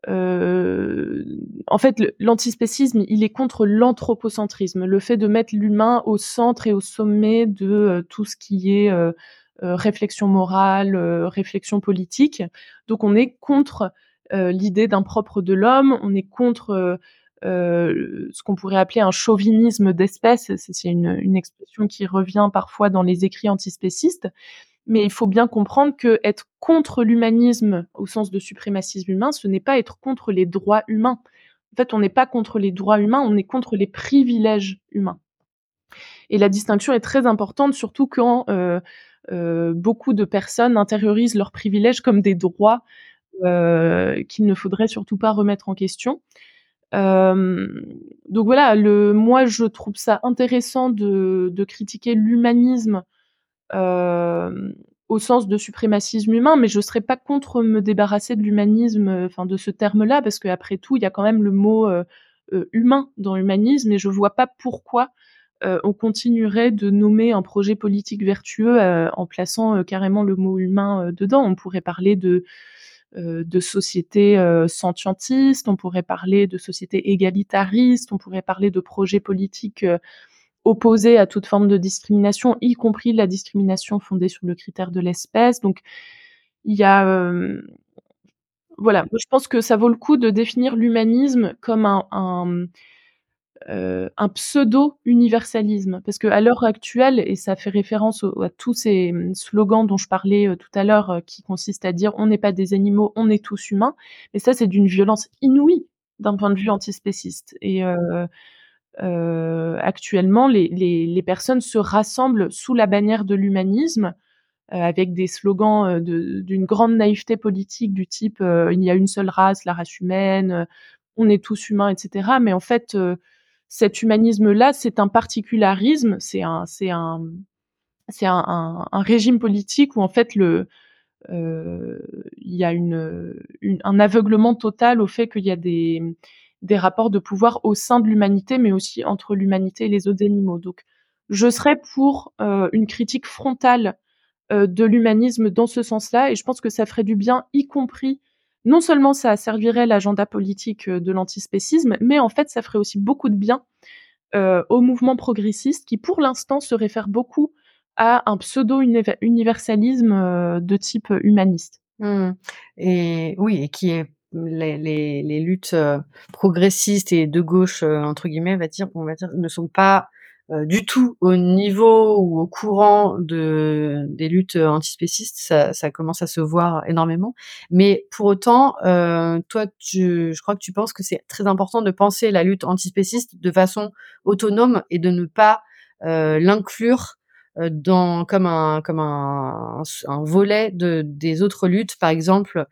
heu, en fait, le l'antispécisme, il est contre l'anthropocentrisme, le fait de mettre l'humain au centre et au sommet de, heu, tout ce qui est, heu heu, réflexion morale, heu, réflexion politique. Donc on est contre, heu, l'idée d'un propre de l'homme, on est contre, heu heu, ce qu'on pourrait appeler un chauvinisme d'espèce. C'est c'est une une expression qui revient parfois dans les écrits antispécistes. Mais il faut bien comprendre qu'être contre l'humanisme au sens de suprémacisme humain, ce n'est pas être contre les droits humains. En fait, on n'est pas contre les droits humains, on est contre les privilèges humains. Et la distinction est très importante, surtout quand, heu heu, beaucoup de personnes intériorisent leurs privilèges comme des droits, heu, qu'il ne faudrait surtout pas remettre en question. Hem, donc voilà, le moi, je trouve ça intéressant de de critiquer l'humanisme, hem, au sens de suprémacisme humain, mais je serais pas contre me débarrasser de l'humanisme, heu, enfin de ce terme-là, parce qu'après tout, il y a quand même le mot, heu heu, humain dans humanisme et je vois pas pourquoi, heu, on continuerait de nommer un projet politique vertueux, heu, en plaçant, heu, carrément le mot humain, heu, dedans. On pourrait parler de, heu, de société, heu, sentientiste, on pourrait parler de société égalitariste, on pourrait parler de projets politiques, heu, opposés à toute forme de discrimination, y compris la discrimination fondée sur le critère de l'espèce. Donc il y a, hem, voilà, moi je pense que ça vaut le coup de définir l'humanisme comme un un, mmh, heu, un pseudo-universalisme. Parce qu'à l'heure actuelle, et ça fait référence au à tous ces, mmh, slogans dont je parlais, heu, tout à l'heure, heu, qui consistent à dire: «On n'est pas des animaux, on est tous humains», et ça, c'est d'une violence inouïe d'un point de vue antispéciste. Et heu heu, actuellement, les les les personnes se rassemblent sous la bannière de l'humanisme, heu, avec des slogans, heu, de d'une grande naïveté politique du type, heu: «Il y a une seule race, la race humaine», heu, «On est tous humains», et cetera. Mais en fait, heu, cet humanisme-là, c'est un particularisme, c'est un c'est un, mmh, c'est un un un régime politique où en fait le heu, il y a une, heu, une un aveuglement total au fait qu'il y a des, mmh, des rapports de pouvoir au sein de l'humanité, mais aussi entre l'humanité et les autres animaux. Donc je serais pour, heu, une critique frontale, heu, de l'humanisme dans ce sens-là, et je pense que ça ferait du bien, y compris non seulement ça servirait l'agenda politique, heu, de l'antispécisme, mais en fait ça ferait aussi beaucoup de bien, heu, au mouvement progressiste qui, pour l'instant, se réfère beaucoup à un pseudo unéva universalisme, heu, de type, heu, humaniste. Mmh. Et oui, et qui est les les les luttes, heu, progressistes et «de gauche», heu, entre guillemets, on va dire on va dire, ne sont pas, heu, du tout au niveau ou au courant de des luttes, heu, antispécistes. Ça ça commence à se voir énormément. Mais pour autant, heu, toi, tu je crois que tu penses que c'est très important de penser la lutte antispéciste de façon autonome et de ne pas, heu, l'inclure, heu, dans comme un comme un un volet de des autres luttes. Par exemple,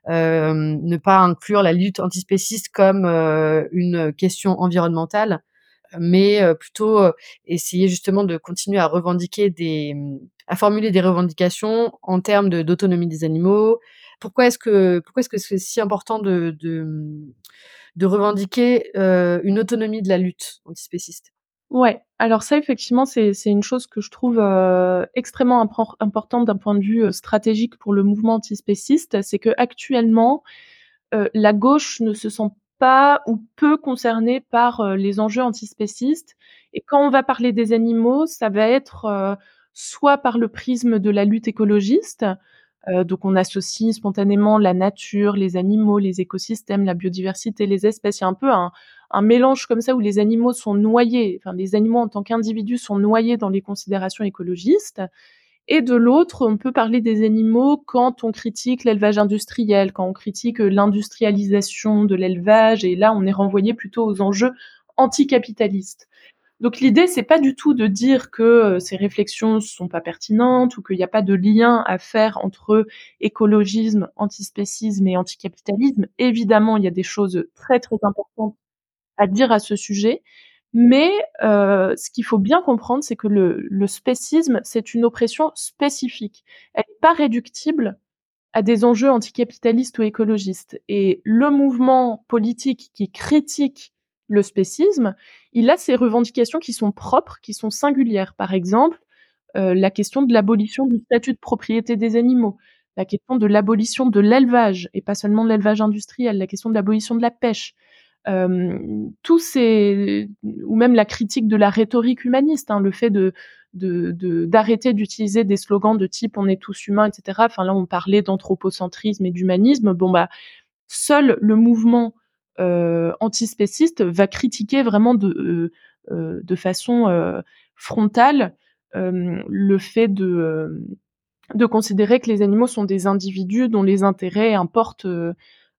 hem, ne pas inclure la lutte antispéciste comme, heu, une question environnementale, mais heu, plutôt, heu, essayer justement de continuer à revendiquer des, mmh, à formuler des revendications en termes de d'autonomie des animaux. Pourquoi est-ce que pourquoi est-ce que c'est si important de de, mmh, de revendiquer, heu, une autonomie de la lutte antispéciste? Ouais, alors ça effectivement c'est c'est une chose que je trouve, heu, extrêmement impor importante d'un point de vue, heu, stratégique pour le mouvement antispéciste. C'est qu'actuellement, heu, la gauche ne se sent pas ou peu concernée par, heu, les enjeux antispécistes et quand on va parler des animaux, ça va être, heu, soit par le prisme de la lutte écologiste, heu, donc on associe spontanément la nature, les animaux, les écosystèmes, la biodiversité, les espèces. Il y a un peu un un mélange comme ça où les animaux sont noyés, enfin les animaux en tant qu'individus sont noyés dans les considérations écologistes et de l'autre, on peut parler des animaux quand on critique l'élevage industriel, quand on critique, heu, l'industrialisation de l'élevage et là, on est renvoyé plutôt aux enjeux anticapitalistes. Donc l'idée, c'est pas du tout de dire que, heu, ces réflexions sont pas pertinentes ou qu'il y a pas de lien à faire entre écologisme, antispécisme et anticapitalisme. Évidemment, il y a des choses très, très importantes à dire à ce sujet, mais heu, ce qu'il faut bien comprendre, c'est que le le spécisme, c'est une oppression spécifique. Elle est pas réductible à des enjeux anticapitalistes ou écologistes et le mouvement politique qui critique le spécisme, il a ses revendications qui sont propres, qui sont singulières. Par exemple, heu, la question de l'abolition du statut de propriété des animaux, la question de l'abolition de l'élevage et pas seulement de l'élevage industriel, la question de l'abolition de la pêche. Hem, tous ces ou même la critique de la rhétorique humaniste, hein, le fait de de de d'arrêter d'utiliser des slogans de type: «On est tous humains» et cetera. Enfin, là, on parlait d'anthropocentrisme et d'humanisme. Bon, bah, seul le mouvement, heu, antispéciste va critiquer vraiment de, heu heu, de façon, heu, frontale, hem, le fait de, hem, de considérer que les animaux sont des individus dont les intérêts importent, heu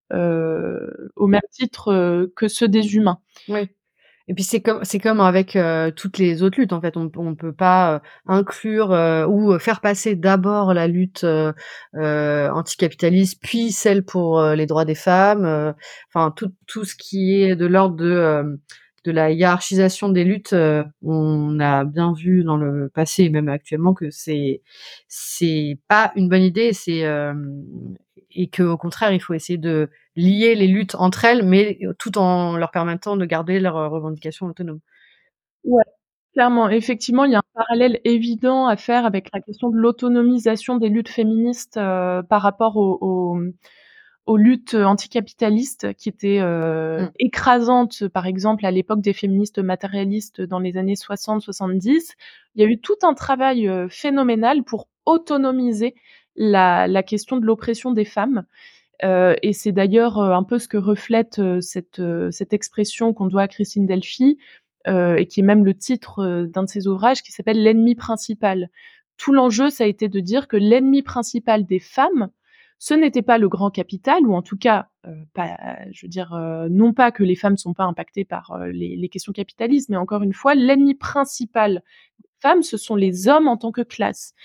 heu, au même titre, heu, que ceux des humains. Oui. Et puis c'est comme c'est comme avec, heu, toutes les autres luttes en fait. On on peut pas, heu, inclure, heu, ou faire passer d'abord la lutte, heu heu, anticapitaliste, puis celle pour, heu, les droits des femmes, heu, enfin tout tout ce qui est de l'ordre de, hem, de la hiérarchisation des luttes, heu, on a bien vu dans le passé et même actuellement que c'est c'est pas une bonne idée. C'est, hem et qu'au contraire, il faut essayer de lier les luttes entre elles, mais tout en leur permettant de garder leurs, heu, revendications autonomes. Ouais, clairement. Effectivement, il y a un parallèle évident à faire avec la question de l'autonomisation des luttes féministes, heu, par rapport aux aux, mmh, aux luttes, heu, anticapitalistes qui étaient, heu, Mmh. écrasantes, par exemple, à l'époque des féministes matérialistes dans les années soixante soixante-dix. Il y a eu tout un travail, heu, phénoménal pour autonomiser la la question de l'oppression des femmes, heu et c'est d'ailleurs, heu, un peu ce que reflète, heu, cette, heu, cette expression qu'on doit à Christine Delphi, heu et qui est même le titre, heu, d'un de ses ouvrages qui s'appelle «L'ennemi principal». Tout l'enjeu, ça a été de dire que l'ennemi principal des femmes, ce n'était pas le grand capital ou en tout cas, heu, pas je veux dire, heu, non pas que les femmes sont pas impactées par, heu, les les questions capitalistes, mais encore une fois, l'ennemi principal des femmes, ce sont les hommes en tant que classe.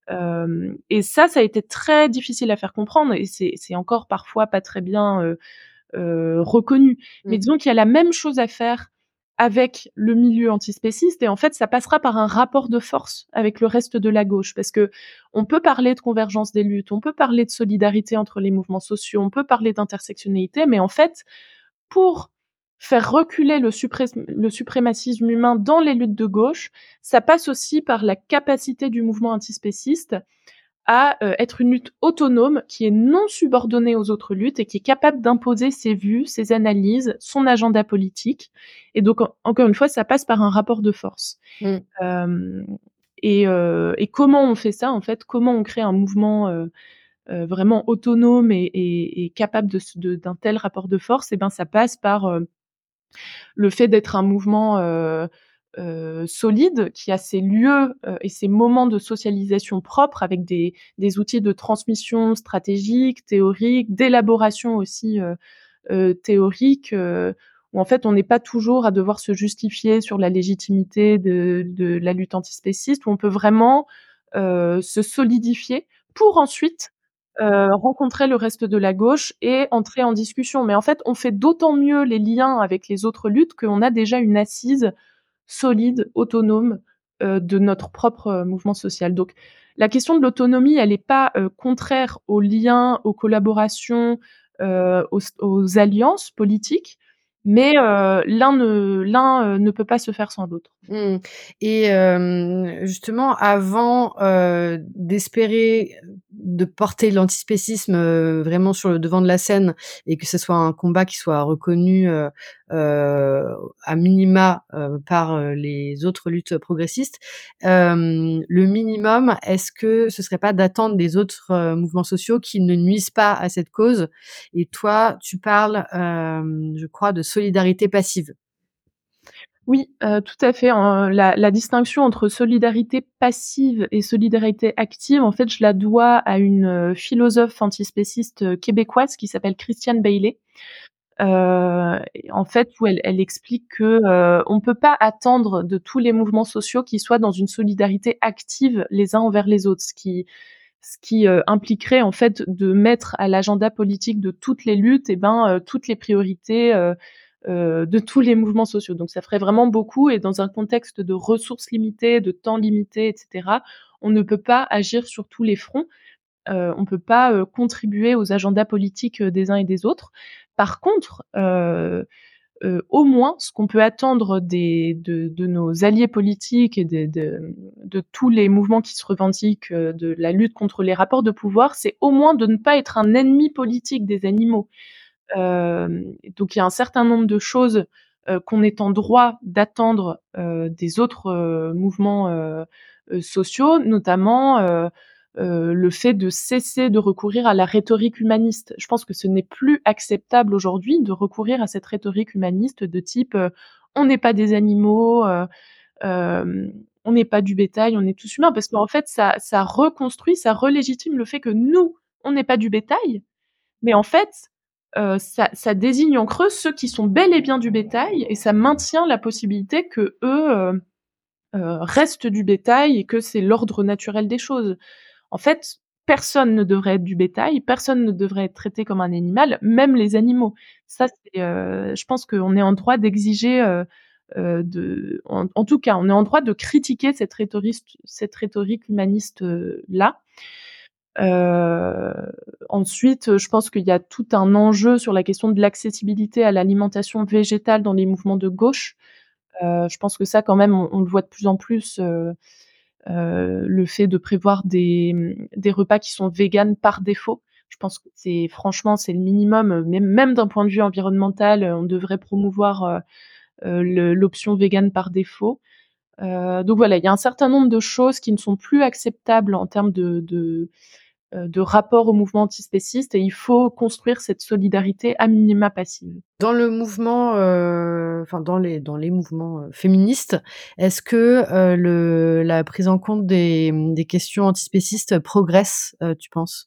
Hem et ça, ça a été très difficile à faire comprendre et c'est c'est encore parfois pas très bien, heu heu, reconnu. Mais Mmh. disons qu'il y a la même chose à faire avec le milieu antispéciste et en fait, ça passera par un rapport de force avec le reste de la gauche. Parce qu'on peut parler de convergence des luttes, on peut parler de solidarité entre les mouvements sociaux, on peut parler d'intersectionnalité, mais en fait, pour faire reculer le suprés le suprémacisme humain dans les luttes de gauche, ça passe aussi par la capacité du mouvement antispéciste à, heu, être une lutte autonome qui est non subordonnée aux autres luttes et qui est capable d'imposer ses vues, ses analyses, son agenda politique et donc en encore une fois, ça passe par un rapport de force. Mmh. Hem et heu et comment on fait ça, en fait? Comment on crée un mouvement, heu heu, vraiment autonome et et et capable de ce de d'un tel rapport de force? Et ben, ça passe par, heu, le fait d'être un mouvement, heu heu, solide, qui a ses lieux, heu et ses moments de socialisation propres avec des des outils de transmission stratégique, théorique, d'élaboration aussi, heu heu, théorique, heu, où en fait on n'est pas toujours à devoir se justifier sur la légitimité de de la lutte antispéciste, où on peut vraiment, heu, se solidifier pour ensuite, heu, rencontrer le reste de la gauche et entrer en discussion. Mais en fait, on fait d'autant mieux les liens avec les autres luttes qu'on a déjà une assise solide, autonome, heu, de notre propre, heu, mouvement social. Donc la question de l'autonomie, elle est pas, heu, contraire aux liens, aux collaborations, heu, aux s aux alliances politiques, mais heu, l'un ne l'un, heu, ne peut pas se faire sans l'autre. Mmh et hem, justement avant, heu, d'espérer, de porter l'antispécisme, heu, vraiment sur le devant de la scène et que ce soit un combat qui soit reconnu, heu heu, à minima, heu, par, heu, les autres luttes progressistes, hem, le minimum, est-ce que ce serait pas d'attendre des autres, heu, mouvements sociaux qui ne nuisent pas à cette cause? Et toi, tu parles, hem, je crois de solidarité passive. Oui, heu, tout à fait, hein, la la distinction entre solidarité passive et solidarité active, en fait, je la dois à une, heu, philosophe antispéciste, heu, québécoise qui s'appelle Christiane Bailey. Heu et en fait, où elle elle explique que, heu, on peut pas attendre de tous les mouvements sociaux qu'ils soient dans une solidarité active les uns envers les autres. Ce qui ce qui, heu, impliquerait en fait de mettre à l'agenda politique de toutes les luttes et ben, heu, toutes les priorités, heu heu, de tous les mouvements sociaux. Donc ça ferait vraiment beaucoup et dans un contexte de ressources limitées, de temps limité et cetera, on ne peut pas agir sur tous les fronts. Heu, on peut pas, heu, contribuer aux agendas politiques, heu, des uns et des autres. Par contre, heu heu, au moins ce qu'on peut attendre des de de nos alliés politiques et des de de tous les mouvements qui se revendiquent, heu, de la lutte contre les rapports de pouvoir, c'est au moins de ne pas être un ennemi politique des animaux. Hem, donc il y a un certain nombre de choses, heu, qu'on est en droit d'attendre, heu, des autres, heu, mouvements, heu heu, sociaux, notamment, heu heu, le fait de cesser de recourir à la rhétorique humaniste. Je pense que ce n'est plus acceptable aujourd'hui de recourir à cette rhétorique humaniste de type, heu: «On n'est pas des animaux, heu, hem, on n'est pas du bétail, on est tous humains». Parce qu'en fait ça ça reconstruit, ça relégitime le fait que nous, on n'est pas du bétail, mais en fait, heu, ça ça désigne en creux ceux qui sont bel et bien du bétail et ça maintient la possibilité qu'eux, heu heu, restent du bétail et que c'est l'ordre naturel des choses. En fait, personne ne devrait être du bétail, personne ne devrait être traité comme un animal, même les animaux. Ça, c'est, heu, je pense qu'on est en droit d'exiger, heu heu, de en en tout cas, on est en droit de critiquer cette rhétoriste cette rhétorique humaniste, heu, là. Heu, ensuite, je pense qu'il y a tout un enjeu sur la question de l'accessibilité à l'alimentation végétale dans les mouvements de gauche. Heu, je pense que ça quand même on on le voit de plus en plus, heu heu, le fait de prévoir des, mmh, des repas qui sont véganes par défaut. Je pense que c'est franchement, c'est le minimum, heu, même même d'un point de vue environnemental, heu, on devrait promouvoir, heu heu, le l'option végane par défaut. Heu, donc voilà, il y a un certain nombre de choses qui ne sont plus acceptables en termes de de heu, de rapport au mouvement antispéciste et il faut construire cette solidarité à minima passive. Dans le mouvement, heu, enfin dans les dans les mouvements, heu, féministes, est-ce que, heu, le la prise en compte des, mmh, des questions antispécistes progresse, heu, tu penses?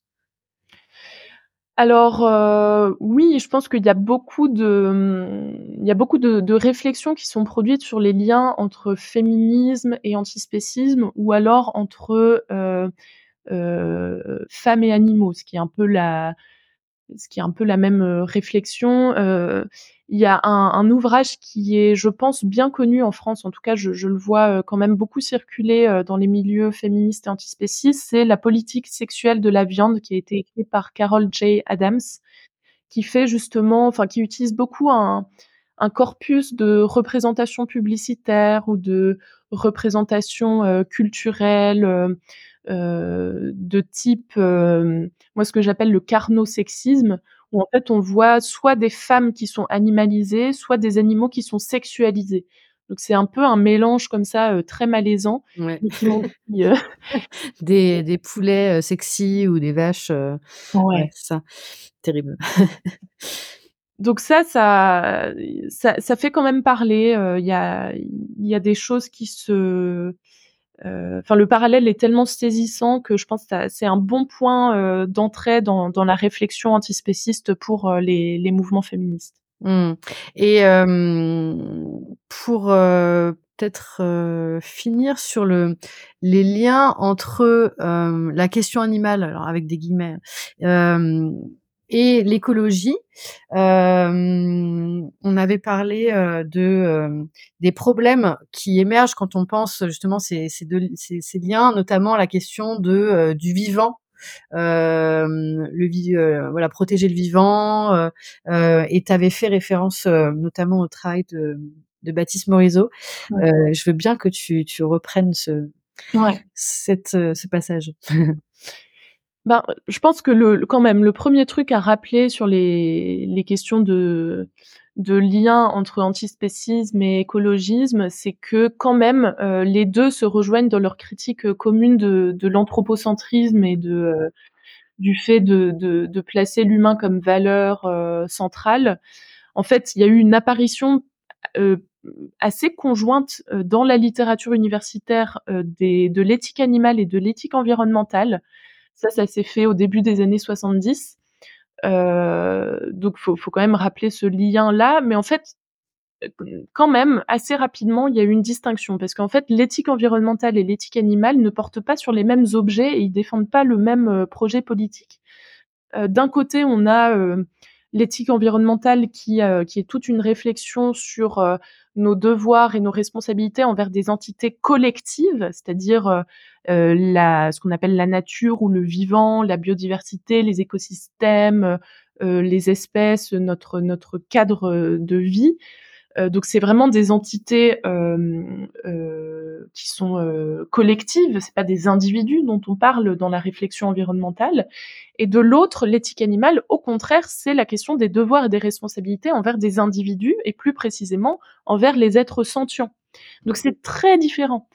Alors, heu, oui, je pense qu'il y a beaucoup de, mmh, il y a beaucoup de de réflexions qui sont produites sur les liens entre féminisme et antispécisme ou alors entre, heu heu, femmes et animaux, ce qui est un peu la ce qui est un peu la même, heu, réflexion. Heu, il y a un un ouvrage qui est, je pense, bien connu en France, en tout cas je je le vois, heu, quand même beaucoup circuler, heu, dans les milieux féministes et antispécistes, c'est «La politique sexuelle de la viande» qui a été écrit par Carol J. Adams, qui fait justement enfin qui utilise beaucoup un un corpus de représentations publicitaires ou de représentations, heu, culturelles, heu heu, de type, hem, moi ce que j'appelle le carnosexisme, où en fait on voit soit des femmes qui sont animalisées, soit des animaux qui sont sexualisés. Donc c'est un peu un mélange comme ça, heu, très malaisant, Ouais. mais qui montre qui, heu Des des poulets, heu, sexy ou des vaches, heu, ouais, Ouais. c'est ça, terrible. Donc ça ça ça ça fait quand même parler, heu, il y a il y a des choses qui se heu, enfin le parallèle est tellement saisissant que je pense ça c'est un bon point, heu, d'entrée dans dans la réflexion antispéciste pour, heu, les les mouvements féministes. Mmh. Et hem, pour, heu, peut-être, heu, finir sur le les liens entre, hem, la question animale, alors avec des guillemets, hem, et l'écologie. Hem, on avait parlé, heu, de, hem, des problèmes qui émergent quand on pense justement ces ces deux ces ces liens, notamment la question de, heu, du vivant. Hem, le vi heu, voilà, protéger le vivant, heu heu et tu avais fait référence, heu, notamment au travail de de Baptiste Morisot. Ouais. Heu, je veux bien que tu tu reprennes ce Ouais. cette, heu, ce passage. Ben, je pense que le le quand même, le premier truc à rappeler sur les les questions de de lien entre antispécisme et écologisme, c'est que quand même, heu, les deux se rejoignent dans leur critique, heu, commune de de l'anthropocentrisme et de, heu, du fait de de de placer l'humain comme valeur, heu, centrale. En fait, il y a eu une apparition, heu, assez conjointe, heu, dans la littérature universitaire, heu, des de l'éthique animale et de l'éthique environnementale. Ça, ça s'est fait au début des années soixante-dix. Heu, donc faut faut quand même rappeler ce lien-là, mais en fait, heu, quand même, assez rapidement, il y a eu une distinction parce qu'en fait, l'éthique environnementale et l'éthique animale ne portent pas sur les mêmes objets et ils défendent pas le même, heu, projet politique. Heu, d'un côté, on a, heu, l'éthique environnementale qui, heu, qui est toute une réflexion sur, heu, nos devoirs et nos responsabilités envers des entités collectives, c'est-à-dire, heu heu, la ce qu'on appelle la nature ou le vivant, la biodiversité, les écosystèmes, heu heu, les espèces, notre notre cadre, heu, de vie. Heu, donc c'est vraiment des entités, hem, heu, qui sont, heu, collectives, c'est pas des individus dont on parle dans la réflexion environnementale. Et de l'autre, l'éthique animale, au contraire, c'est la question des devoirs et des responsabilités envers des individus et plus précisément envers les êtres sentients. Donc c'est très différent.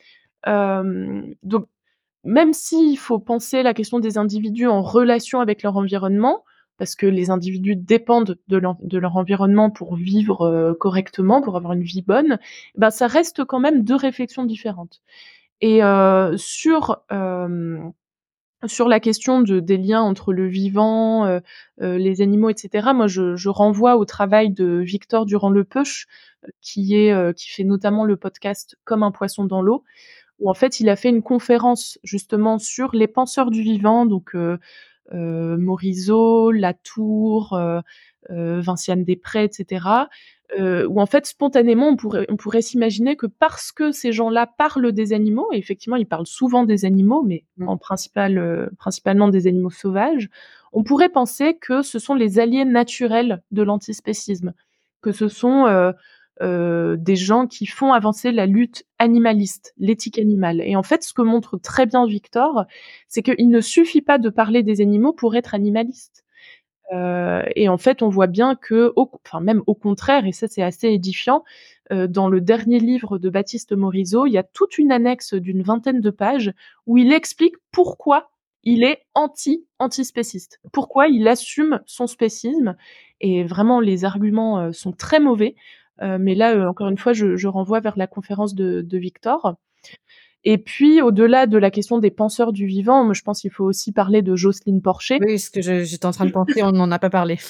Hem, donc même s'il faut penser la question des individus en relation avec leur environnement, parce que les individus dépendent de leur de leur environnement pour vivre, heu, correctement, pour avoir une vie bonne, bah, ça reste quand même deux réflexions différentes. Et heu, sur, hem, sur la question de des liens entre le vivant, heu heu, les animaux et cetera, moi je je renvoie au travail de Victor Durand-Lepeuch, heu, qui est, heu, qui fait notamment le podcast Comme un poisson dans l'eau, où en fait il a fait une conférence justement sur les penseurs du vivant, donc heu heu, Morisot, Latour, heu heu, Vinciane Després et cetera, heu, où en fait spontanément on pourrait on pourrait s'imaginer que parce que ces gens-là parlent des animaux, et effectivement ils parlent souvent des animaux, mais Mmh. en principal, heu, principalement des animaux sauvages, on pourrait penser que ce sont les alliés naturels de l'antispécisme, que ce sont, heu heu, des gens qui font avancer la lutte animaliste, l'éthique animale. Et en fait, ce que montre très bien Victor, c'est qu'il ne suffit pas de parler des animaux pour être animaliste. Heu et en fait, on voit bien que, au enfin même au contraire, et ça c'est assez édifiant, heu, dans le dernier livre de Baptiste Morisot, il y a toute une annexe d'une vingtaine de pages où il explique pourquoi il est anti antispéciste, pourquoi il assume son spécisme. Et vraiment les arguments, heu, sont très mauvais, heu, mais là, heu, encore une fois, je je renvoie vers la conférence de de Victor. Et puis au-delà de la question des penseurs du vivant, moi je pense qu'il faut aussi parler de Jocelyne Porcher. Oui, ce que je j'étais en train de penser, on n'en a pas parlé.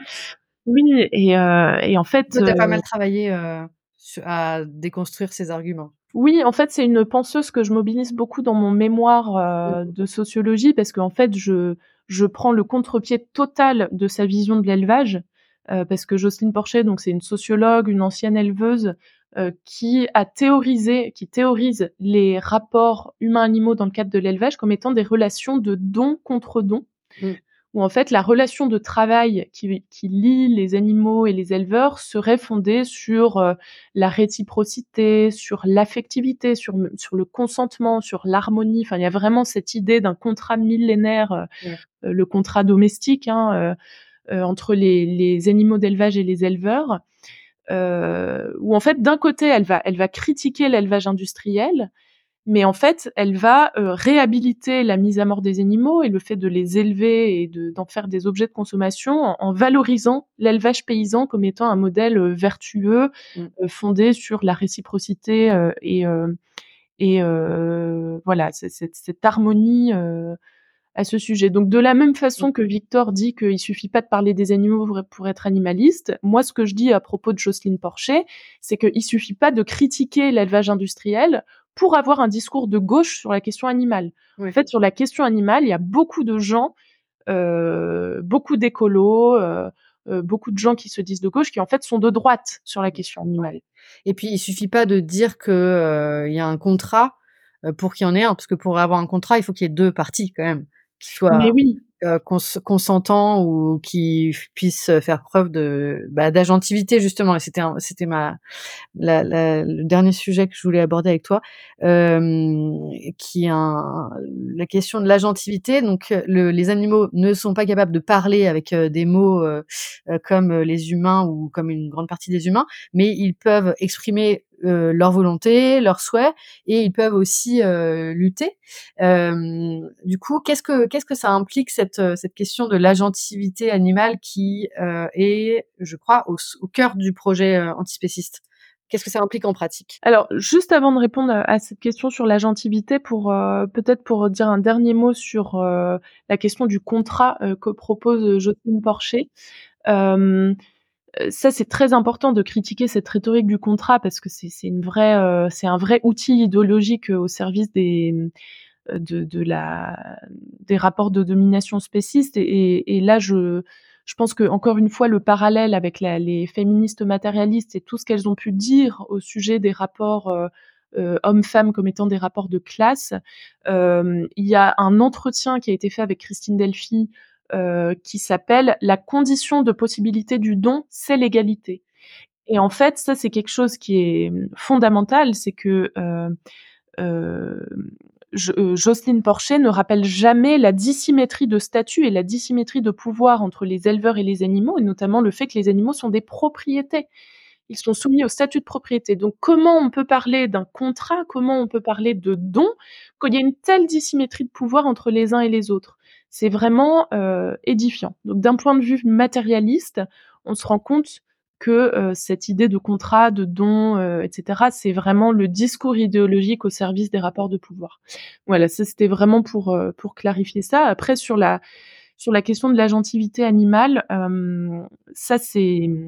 Oui, et heu et en fait, Toi, tu heu as pas mal travaillé, heu, su à déconstruire ces arguments. oui, en fait, c'est une penseuse que je mobilise beaucoup dans mon mémoire, Mmh. heu, de sociologie parce qu'en fait, je je prends le contre-pied total de sa vision de l'élevage, heu, parce que Jocelyne Porcher, donc c'est une sociologue, une ancienne éleveuse, heu, qui a théorisé qui théorise les rapports humains-animaux dans le cadre de l'élevage comme étant des relations de don contre don. Mmh. Où en fait la relation de travail qui qui lie les animaux et les éleveurs serait fondée sur, heu, la réciprocité, sur l'affectivité, sur m sur le consentement, sur l'harmonie. Enfin, il y a vraiment cette idée d'un contrat millénaire, heu Ouais. heu, le contrat domestique, hein, heu heu, entre les les animaux d'élevage et les éleveurs. Heu, où en fait, d'un côté, elle va elle va critiquer l'élevage industriel, mais en fait, elle va, heu, réhabiliter la mise à mort des animaux et le fait de les élever et de d'en faire des objets de consommation en en valorisant l'élevage paysan comme étant un modèle, heu, vertueux, Mmh. heu, fondé sur la réciprocité, heu et heu et heu, voilà, c'est cette cette harmonie, heu à ce sujet. Donc de la même façon que Victor dit qu'il suffit pas de parler des animaux pour pour être animaliste, moi ce que je dis à propos de Jocelyne Porcher, c'est qu'il suffit pas de critiquer l'élevage industriel pour avoir un discours de gauche sur la question animale. En Oui. fait, sur la question animale, il y a beaucoup de gens, heu, beaucoup d'écolos, heu heu, beaucoup de gens qui se disent de gauche, qui en fait sont de droite sur la question animale. Et puis il suffit pas de dire que, heu, il y a un contrat, heu, pour qu'il y en ait un, parce que pour avoir un contrat, il faut qu'il y ait deux parties quand même, qui Mais soient, oui, heu, cons consentants ou qui f puissent, faire preuve de, bah, d'agentivité justement et c'était un c'était ma la la le dernier sujet que je voulais aborder avec toi, hem, qui est un la question de l'agentivité. Donc, heu, le les animaux ne sont pas capables de parler avec, heu, des mots, heu heu, comme, heu, les humains ou comme une grande partie des humains, mais ils peuvent exprimer, heu, leur volonté, leurs souhaits et ils peuvent aussi, heu, lutter. Hem, du coup, qu'est-ce que qu'est-ce que ça implique cette, heu, cette question de l'agentivité animale qui, heu, est, je crois, au s au cœur du projet, heu, antispéciste? Qu'est-ce que ça implique en pratique? alors juste avant de répondre à à cette question sur l'agentivité, pour, heu, peut-être pour dire un dernier mot sur, heu, la question du contrat, heu, que propose, heu, Jocelyne Porcher. Hem, heu, ça c'est très important de critiquer cette rhétorique du contrat parce que c'est c'est une vraie, heu, c'est un vrai outil idéologique, heu, au service des, mmh, de de la des rapports de domination spécistes et et et là je je pense qu'encore une fois le parallèle avec la les féministes matérialistes et tout ce qu'elles ont pu dire au sujet des rapports, heu heu, hommes-femmes comme étant des rapports de classe. Hem, il y a un entretien qui a été fait avec Christine Delphi, heu, qui s'appelle «La condition de possibilité du don, c'est l'égalité» et en fait, ça c'est quelque chose qui est, mmh, fondamental, c'est que, heu heu, Jo heu, Jocelyne Porcher ne rappelle jamais la dissymétrie de statut et la dissymétrie de pouvoir entre les éleveurs et les animaux, et notamment le fait que les animaux sont des propriétés. Ils sont soumis au statut de propriété. Donc comment on peut parler d'un contrat, comment on peut parler de don, quand il y a une telle dissymétrie de pouvoir entre les uns et les autres? C'est vraiment, heu, édifiant. Donc d'un point de vue matérialiste, on se rend compte que, heu, cette idée de contrat, de don, heu, et cetera, c'est vraiment le discours idéologique au service des rapports de pouvoir. Voilà, ça c'était vraiment pour, heu, pour clarifier ça. Après sur la sur la question de l'agentivité animale, hem, ça c'est, mmh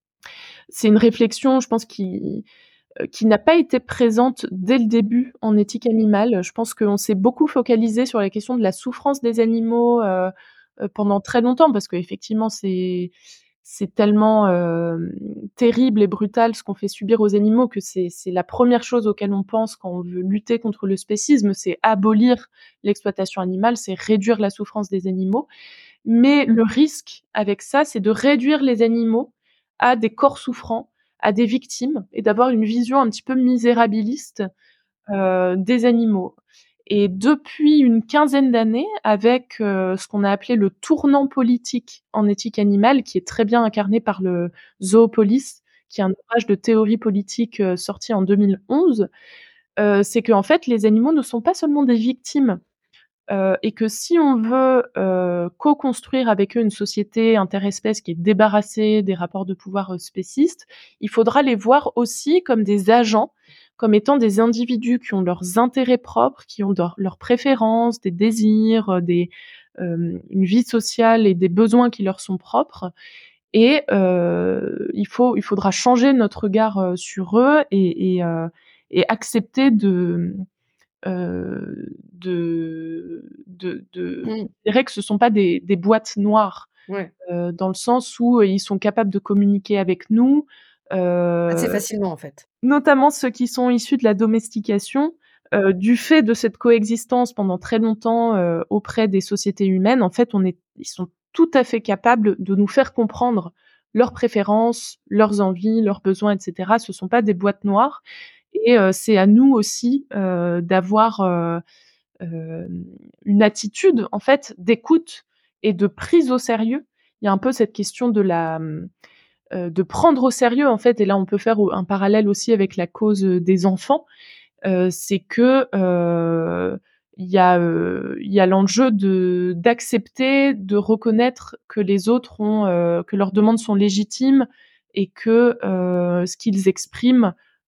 c'est une réflexion, je pense, qui, heu, qui n'a pas été présente dès le début en éthique animale. Je pense qu'on s'est beaucoup focalisé sur la question de la souffrance des animaux, heu heu, pendant très longtemps parce qu'effectivement c'est c'est tellement, hem, terrible et brutal ce qu'on fait subir aux animaux que c'est c'est la première chose auquel on pense quand on veut lutter contre le spécisme, c'est abolir l'exploitation animale, c'est réduire la souffrance des animaux. Mais le risque avec ça, c'est de réduire les animaux à des corps souffrants, à des victimes et d'avoir une vision un petit peu misérabiliste, heu, des animaux. Et depuis une quinzaine d'années, avec, heu, ce qu'on a appelé le tournant politique en éthique animale, qui est très bien incarné par le Zoopolis, qui est un ouvrage de théorie politique, heu, sorti en deux mille onze, heu, c'est qu'en fait les animaux ne sont pas seulement des victimes. Heu et que si on veut, heu, co-construire avec eux une société interespèces qui est débarrassée des rapports de pouvoir, heu, spécistes, il faudra les voir aussi comme des agents, comme étant des individus qui ont leurs intérêts propres, qui ont deurs leurs préférences, des désirs, heu, des, hem, une vie sociale et des besoins qui leur sont propres et heu, il faut il faudra changer notre regard, heu, sur eux et et heu et accepter de, Heu, de de de Mmh. considérer que ce sont pas des des boîtes noires, Ouais, heu, dans le sens où, heu, ils sont capables de communiquer avec nous, assez heu, facilement en fait. notamment ceux qui sont issus de la domestication, heu, du fait de cette coexistence pendant très longtemps, heu, auprès des sociétés humaines. En fait, on est ils sont tout à fait capables de nous faire comprendre leurs préférences, leurs envies, leurs besoins et cetera. Ce sont pas des boîtes noires et heu, c'est à nous aussi, heu, d'avoir, heu hem, une attitude en fait d'écoute et de prise au sérieux. Il y a un peu cette question de la, mmh, heu, de prendre au sérieux en fait et là on peut faire au un parallèle aussi avec la cause, heu, des enfants. Heu, c'est que, heu, il y a, heu, il y a l'enjeu de d'accepter, de reconnaître que les autres ont, heu, que leurs demandes sont légitimes et que, heu, ce qu'ils expriment,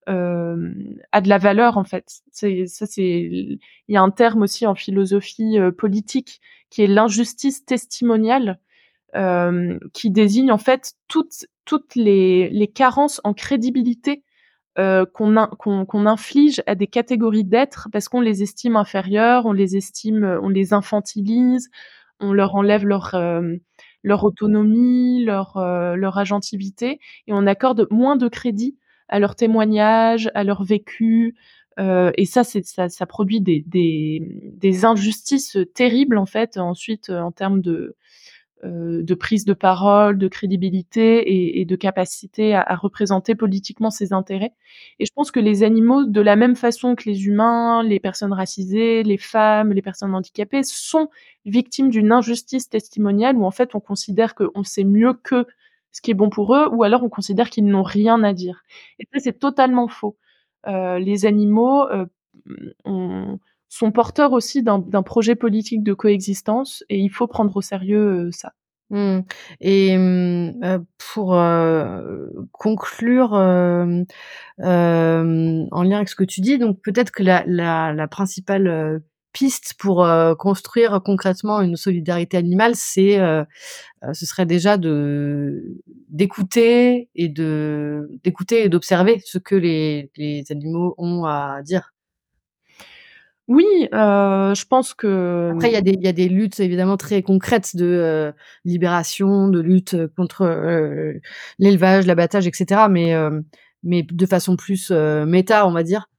hem, a de la valeur, en fait. C'est ça c'est il y a un terme aussi en philosophie, heu, politique qui est l'injustice testimoniale, hem, qui désigne, en fait, toutes toutes les les carences en crédibilité, heu, qu'on in qu'on qu'on inflige à des catégories d'êtres parce qu'on les estime inférieurs, on les estime, heu, on les infantilise, on leur enlève leur, hem, leur autonomie, leur, heu, leur agentivité et on accorde moins de crédit à leurs témoignages, à leur vécu, heu et ça, c'est ça ça produit des des, mmh, des injustices, heu, terribles, en fait, ensuite, heu, en termes de, heu, de prise de parole, de crédibilité et et de capacité à à représenter politiquement ses intérêts et je pense que les animaux, de la même façon que les humains, les personnes racisées, les femmes, les personnes handicapées, sont victimes d'une injustice testimoniale où, en fait, on considère qu'on sait mieux qu'eux ce qui est bon pour eux ou alors on considère qu'ils n'ont rien à dire et ça, c'est totalement faux. Heu, les animaux, heu, mmh, ont sont porteurs aussi d'un d'un projet politique de coexistence et il faut prendre au sérieux, heu, ça. Mmh et mmh, heu, pour, heu, conclure, hem, hem, en lien avec ce que tu dis, donc peut-être que la la la principale, heu, piste pour, heu, construire concrètement une solidarité animale, c'est, heu heu, ce serait déjà de d'écouter et de d'écouter et d'observer ce que les les animaux ont à dire. Oui, heu, je pense que, Après, il y a mmh des il y a des luttes évidemment très concrètes de, heu, libération, de lutte, heu, contre, heu, l'élevage, l'abattage et cetera, mais hem, mais de façon plus, heu, méta, on va dire.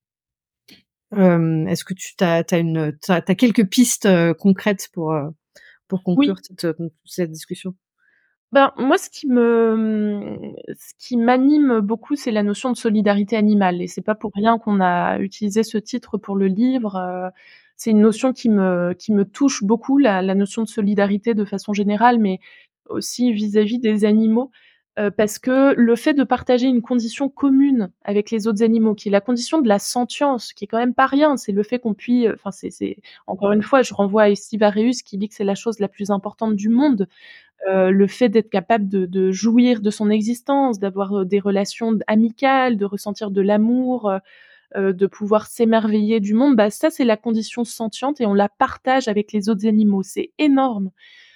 Hem, est-ce que tu tu as tu as une tu as tu as quelques pistes, heu, concrètes pour, heu, pour conclure oui. cette, heu, con cette discussion? Ben, moi, ce qui me, mmh, ce qui m'anime beaucoup, c'est la notion de solidarité animale et c'est pas pour rien qu'on a utilisé ce titre pour le livre, heu, c'est une notion qui me qui me touche beaucoup, la la notion de solidarité de façon générale, mais aussi vis-à-vis des animaux, heu, parce que le fait de partager une condition commune avec les autres animaux, qui est la condition de la sentience, qui est quand même pas rien, c'est le fait qu'on puis enfin, c'est c'est encore une fois, je renvoie à Estivarius qui dit que c'est la chose la plus importante du monde. Heu, le fait d'être capable de de jouir de son existence, d'avoir, heu, des relations d amicales, de ressentir de l'amour, heu heu, de pouvoir s'émerveiller du monde, bah, ça, c'est la condition sentiente et on la partage avec les autres animaux. C'est énorme,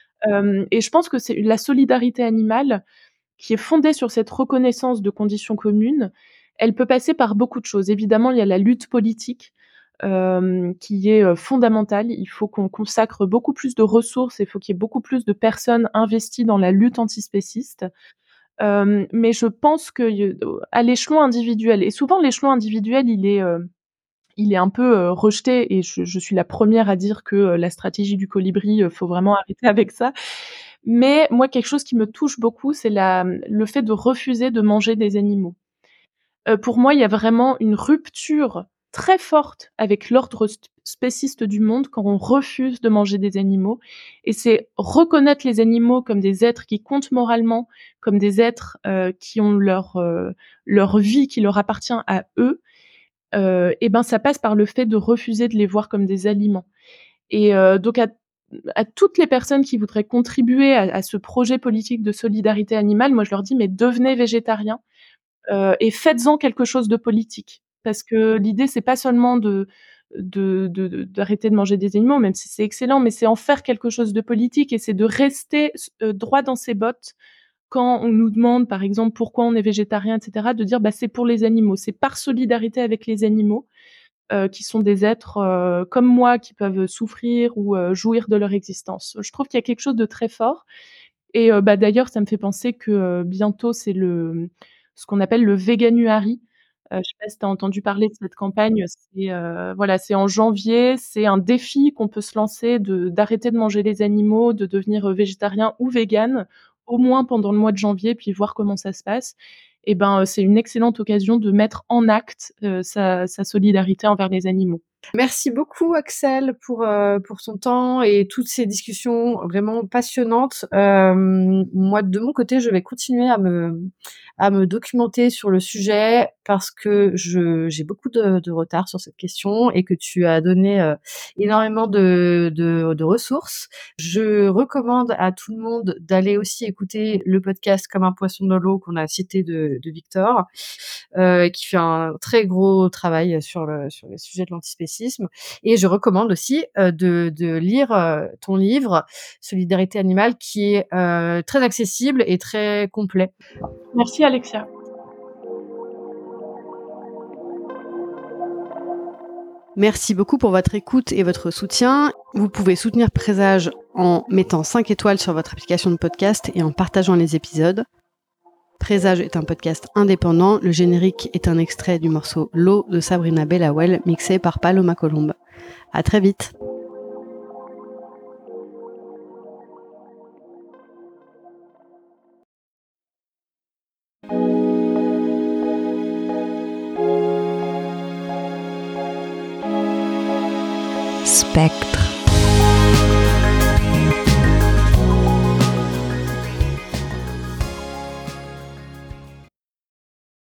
hem et je pense que c'est la solidarité animale qui est fondée sur cette reconnaissance de conditions communes, elle peut passer par beaucoup de choses. Évidemment, il y a la lutte politique, hem, qui est, heu, fondamentale. Il faut qu'on consacre beaucoup plus de ressources, il faut qu'il y ait beaucoup plus de personnes investies dans la lutte antispéciste. Hem, mais je pense que y à l'échelon individuel et souvent l'échelon individuel, il est, heu, il est un peu, heu, rejeté et je je suis la première à dire que, heu, la stratégie du colibri, heu, faut vraiment arrêter avec ça. Mais moi, quelque chose qui me touche beaucoup, c'est la, mmh, le fait de refuser de manger des animaux. Heu, pour moi, il y a vraiment une rupture très forte avec l'ordre st spéciste du monde quand on refuse de manger des animaux et c'est reconnaître les animaux comme des êtres qui comptent moralement, comme des êtres, heu, qui ont leur, heu, leur vie qui leur appartient à eux, heu et ben, ça passe par le fait de refuser de les voir comme des aliments et heu, donc à à toutes les personnes qui voudraient contribuer à à ce projet politique de solidarité animale, moi je leur dis: «Mais devenez végétariens, heu et faites-en quelque chose de politique». Parce que l'idée, c'est pas seulement de de de de d'arrêter de manger des animaux, même si c'est excellent, mais c'est en faire quelque chose de politique et c'est de rester s heu, droit dans ses bottes quand on nous demande, par exemple, pourquoi on est végétarien et cetera, de dire: «Bah, c'est pour les animaux, c'est par solidarité avec les animaux, heu, qui sont des êtres, heu, comme moi, qui peuvent souffrir ou heu, jouir de leur existence». Je trouve qu'il y a quelque chose de très fort et heu, bah, d'ailleurs, ça me fait penser que, heu, bientôt, c'est le, mmh, ce qu'on appelle le Veganuary. Heu, je sais pas si tu as entendu parler de cette campagne, c'est, heu, voilà, c'est en janvier, c'est un défi qu'on peut se lancer de d'arrêter de manger les animaux, de devenir, heu, végétarien ou végane, au moins pendant le mois de janvier, puis voir comment ça se passe et ben, heu, c'est une excellente occasion de mettre en acte, heu, sa sa solidarité envers les animaux. Merci beaucoup Axel pour, heu, pour ton temps et toutes ces discussions vraiment passionnantes. Hem, moi de mon côté, je vais continuer à me à me documenter sur le sujet, parce que je j'ai beaucoup de de retard sur cette question et que tu as donné, heu, énormément de de de ressources. Je recommande à tout le monde d'aller aussi écouter le podcast Comme un poisson dans l'eau qu'on a cité de de Victor, heu, qui fait un très gros travail sur le sur le sujet de l'antispécisme et je recommande aussi, heu, de de lire, heu, ton livre Solidarité animale qui est, heu, très accessible et très complet. Merci Alexia. Merci beaucoup pour votre écoute et votre soutien. Vous pouvez soutenir Présage en mettant cinq étoiles sur votre application de podcast et en partageant les épisodes. Présage est un podcast indépendant. Le générique est un extrait du morceau L'eau de Sabrina Bellawell, mixé par Paloma Colombe. À très vite. Spectre.